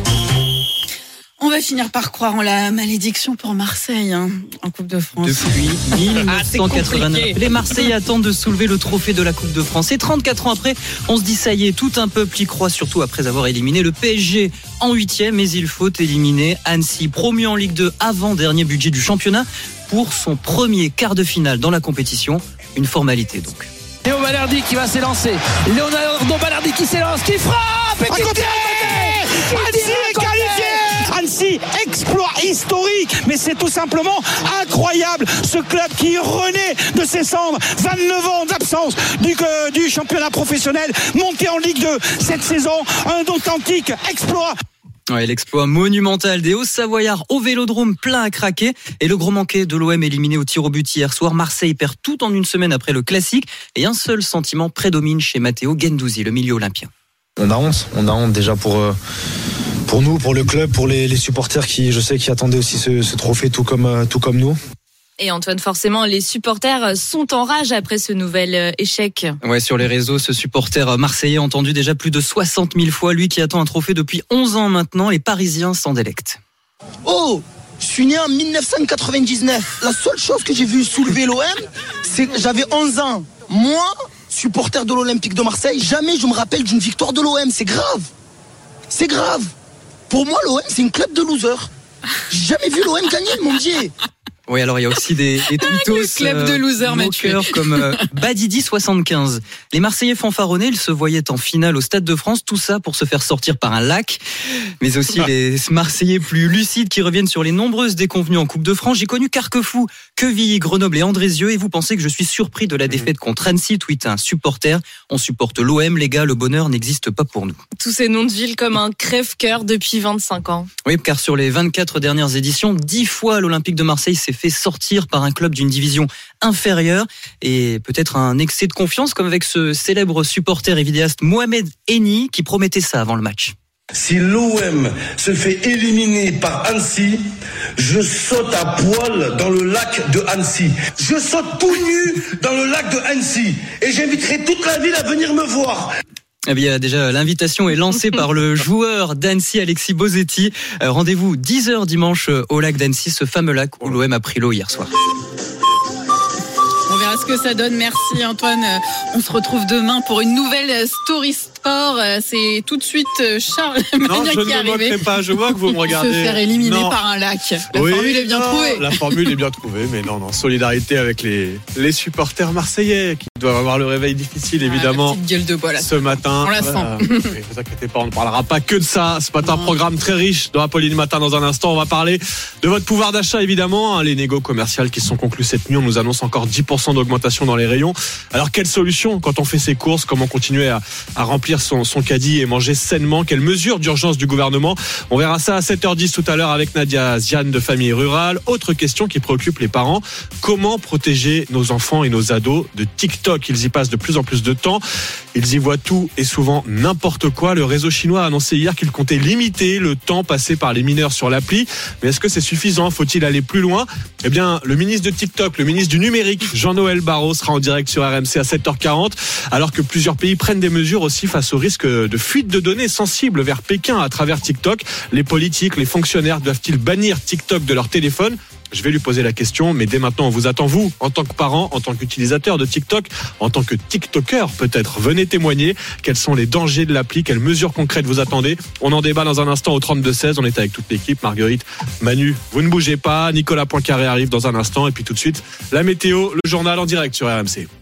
S3: On va finir par croire en la malédiction pour Marseille en Coupe de France.
S5: Depuis 1989, les Marseillais attendent de soulever le trophée de la Coupe de France. Et 34 ans après, on se dit ça y est, tout un peuple y croit, surtout après avoir éliminé le PSG en 8e. Mais il faut éliminer Annecy, promu en Ligue 2, avant-dernier budget du championnat, pour son premier quart de finale dans la compétition. Une formalité donc.
S23: Léo Balerdi qui va s'élancer. Leonardo Balerdi qui s'élance, qui frappe et qui Annecy est qualifié. Annecy, exploit historique, mais c'est tout simplement incroyable. Ce club qui renaît de ses cendres, 29 ans d'absence du championnat professionnel, monté en Ligue 2 cette saison, un authentique exploit.
S5: Ouais, l'exploit monumental des Hauts-Savoyards au Vélodrome, plein à craquer. Et le gros manqué de l'OM éliminé au tir au but hier soir. Marseille perd tout en une semaine après le classique. Et un seul sentiment prédomine chez Matteo Guendouzi, le milieu olympien.
S8: On a honte déjà pour nous, pour le club, pour les supporters qui, je sais, qui attendaient aussi ce trophée tout comme nous.
S4: Et Antoine, forcément, les supporters sont en rage après ce nouvel échec.
S5: Ouais, sur les réseaux, ce supporter marseillais a entendu déjà plus de 60 000 fois, lui qui attend un trophée depuis 11 ans maintenant. Les Parisiens s'en délectent.
S9: Oh, je suis né en 1999. La seule chose que j'ai vu soulever l'OM, c'est que j'avais 11 ans. Moi, supporter de l'Olympique de Marseille, jamais je me rappelle d'une victoire de l'OM. C'est grave. C'est grave. Pour moi, l'OM, c'est une club de losers. J'ai jamais vu l'OM gagner, mon Dieu.
S5: Oui, alors il y a aussi des tweetos
S3: club de losers,
S5: moqueurs comme Badidi75. Les Marseillais fanfaronnés, ils se voyaient en finale au Stade de France, tout ça pour se faire sortir par un lac. Mais aussi les Marseillais plus lucides qui reviennent sur les nombreuses déconvenues en Coupe de France. J'ai connu Carquefou, Quevilly, Grenoble et Andrézieux. Et vous pensez que je suis surpris de la défaite contre Annecy? Tweet un supporter. On supporte l'OM, les gars, le bonheur n'existe pas pour nous.
S4: Tous ces noms de villes comme un crève-cœur depuis 25 ans.
S5: Oui, car sur les 24 dernières éditions, 10 fois l'Olympique de Marseille s'est fait sortir par un club d'une division inférieure, et peut-être un excès de confiance comme avec ce célèbre supporter et vidéaste Mohamed Eni qui promettait ça avant le match.
S10: Si l'OM se fait éliminer par Annecy, je saute à poil dans le lac de Annecy. Je saute tout nu dans le lac de Annecy. Et j'inviterai toute la ville à venir me voir.
S5: Eh bien, déjà, l'invitation est lancée par le joueur d'Annecy, Alexis Bosetti. Rendez-vous 10h dimanche au lac d'Annecy, ce fameux lac où l'OM a pris l'eau hier soir.
S3: On verra ce que ça donne. Merci Antoine. On se retrouve demain pour une nouvelle Story Sport. C'est tout de suite Charles
S12: Non,
S3: Magnac
S12: je
S3: qui
S12: ne
S3: est
S12: me
S3: arrivé.
S12: moquerai pas. Je vois que vous me regardez.
S3: Se faire éliminer
S12: Non.
S3: par un lac. La formule est bien trouvée.
S12: La formule est bien trouvée, mais non. Solidarité avec les supporters marseillais qui doivent avoir le réveil difficile, évidemment.
S3: La petite gueule de bois, là.
S12: Ce matin.
S3: On la sent.
S12: Ne vous inquiétez pas, on ne parlera pas que de ça. Ce matin, programme très riche dans Apolline Matin. Dans un instant, on va parler de votre pouvoir d'achat, évidemment. Les négos commerciales qui se sont conclus cette nuit. On nous annonce encore 10% d'augmentation dans les rayons. Alors, quelle solution quand on fait ses courses? Comment continuer à remplir son caddie et manger sainement? Quelles mesures d'urgence du gouvernement? On verra ça à 7h10 tout à l'heure avec Nadia Ziane de Famille Rurale. Autre question qui préoccupe les parents. Comment protéger nos enfants et nos ados de TikTok? Ils y passent de plus en plus de temps. Ils y voient tout et souvent n'importe quoi. Le réseau chinois a annoncé hier qu'il comptait limiter le temps passé par les mineurs sur l'appli. Mais est-ce que c'est suffisant? Faut-il aller plus loin? Eh bien, le ministre de TikTok, le ministre du numérique, Jean-Noël Barrot, sera en direct sur RMC à 7h40, alors que plusieurs pays prennent des mesures aussi face au risque de fuite de données sensibles vers Pékin à travers TikTok. Les politiques, les fonctionnaires doivent-ils bannir TikTok de leur téléphone? Je vais lui poser la question, mais dès maintenant, on vous attend, vous, en tant que parent, en tant qu'utilisateur de TikTok, en tant que TikToker peut-être. Venez témoigner. Quels sont les dangers de l'appli? Quelles mesures concrètes vous attendez? On en débat dans un instant au 32-16. On est avec toute l'équipe. Marguerite, Manu, vous ne bougez pas. Nicolas Poincaré arrive dans un instant. Et puis tout de suite, la météo, le journal en direct sur RMC.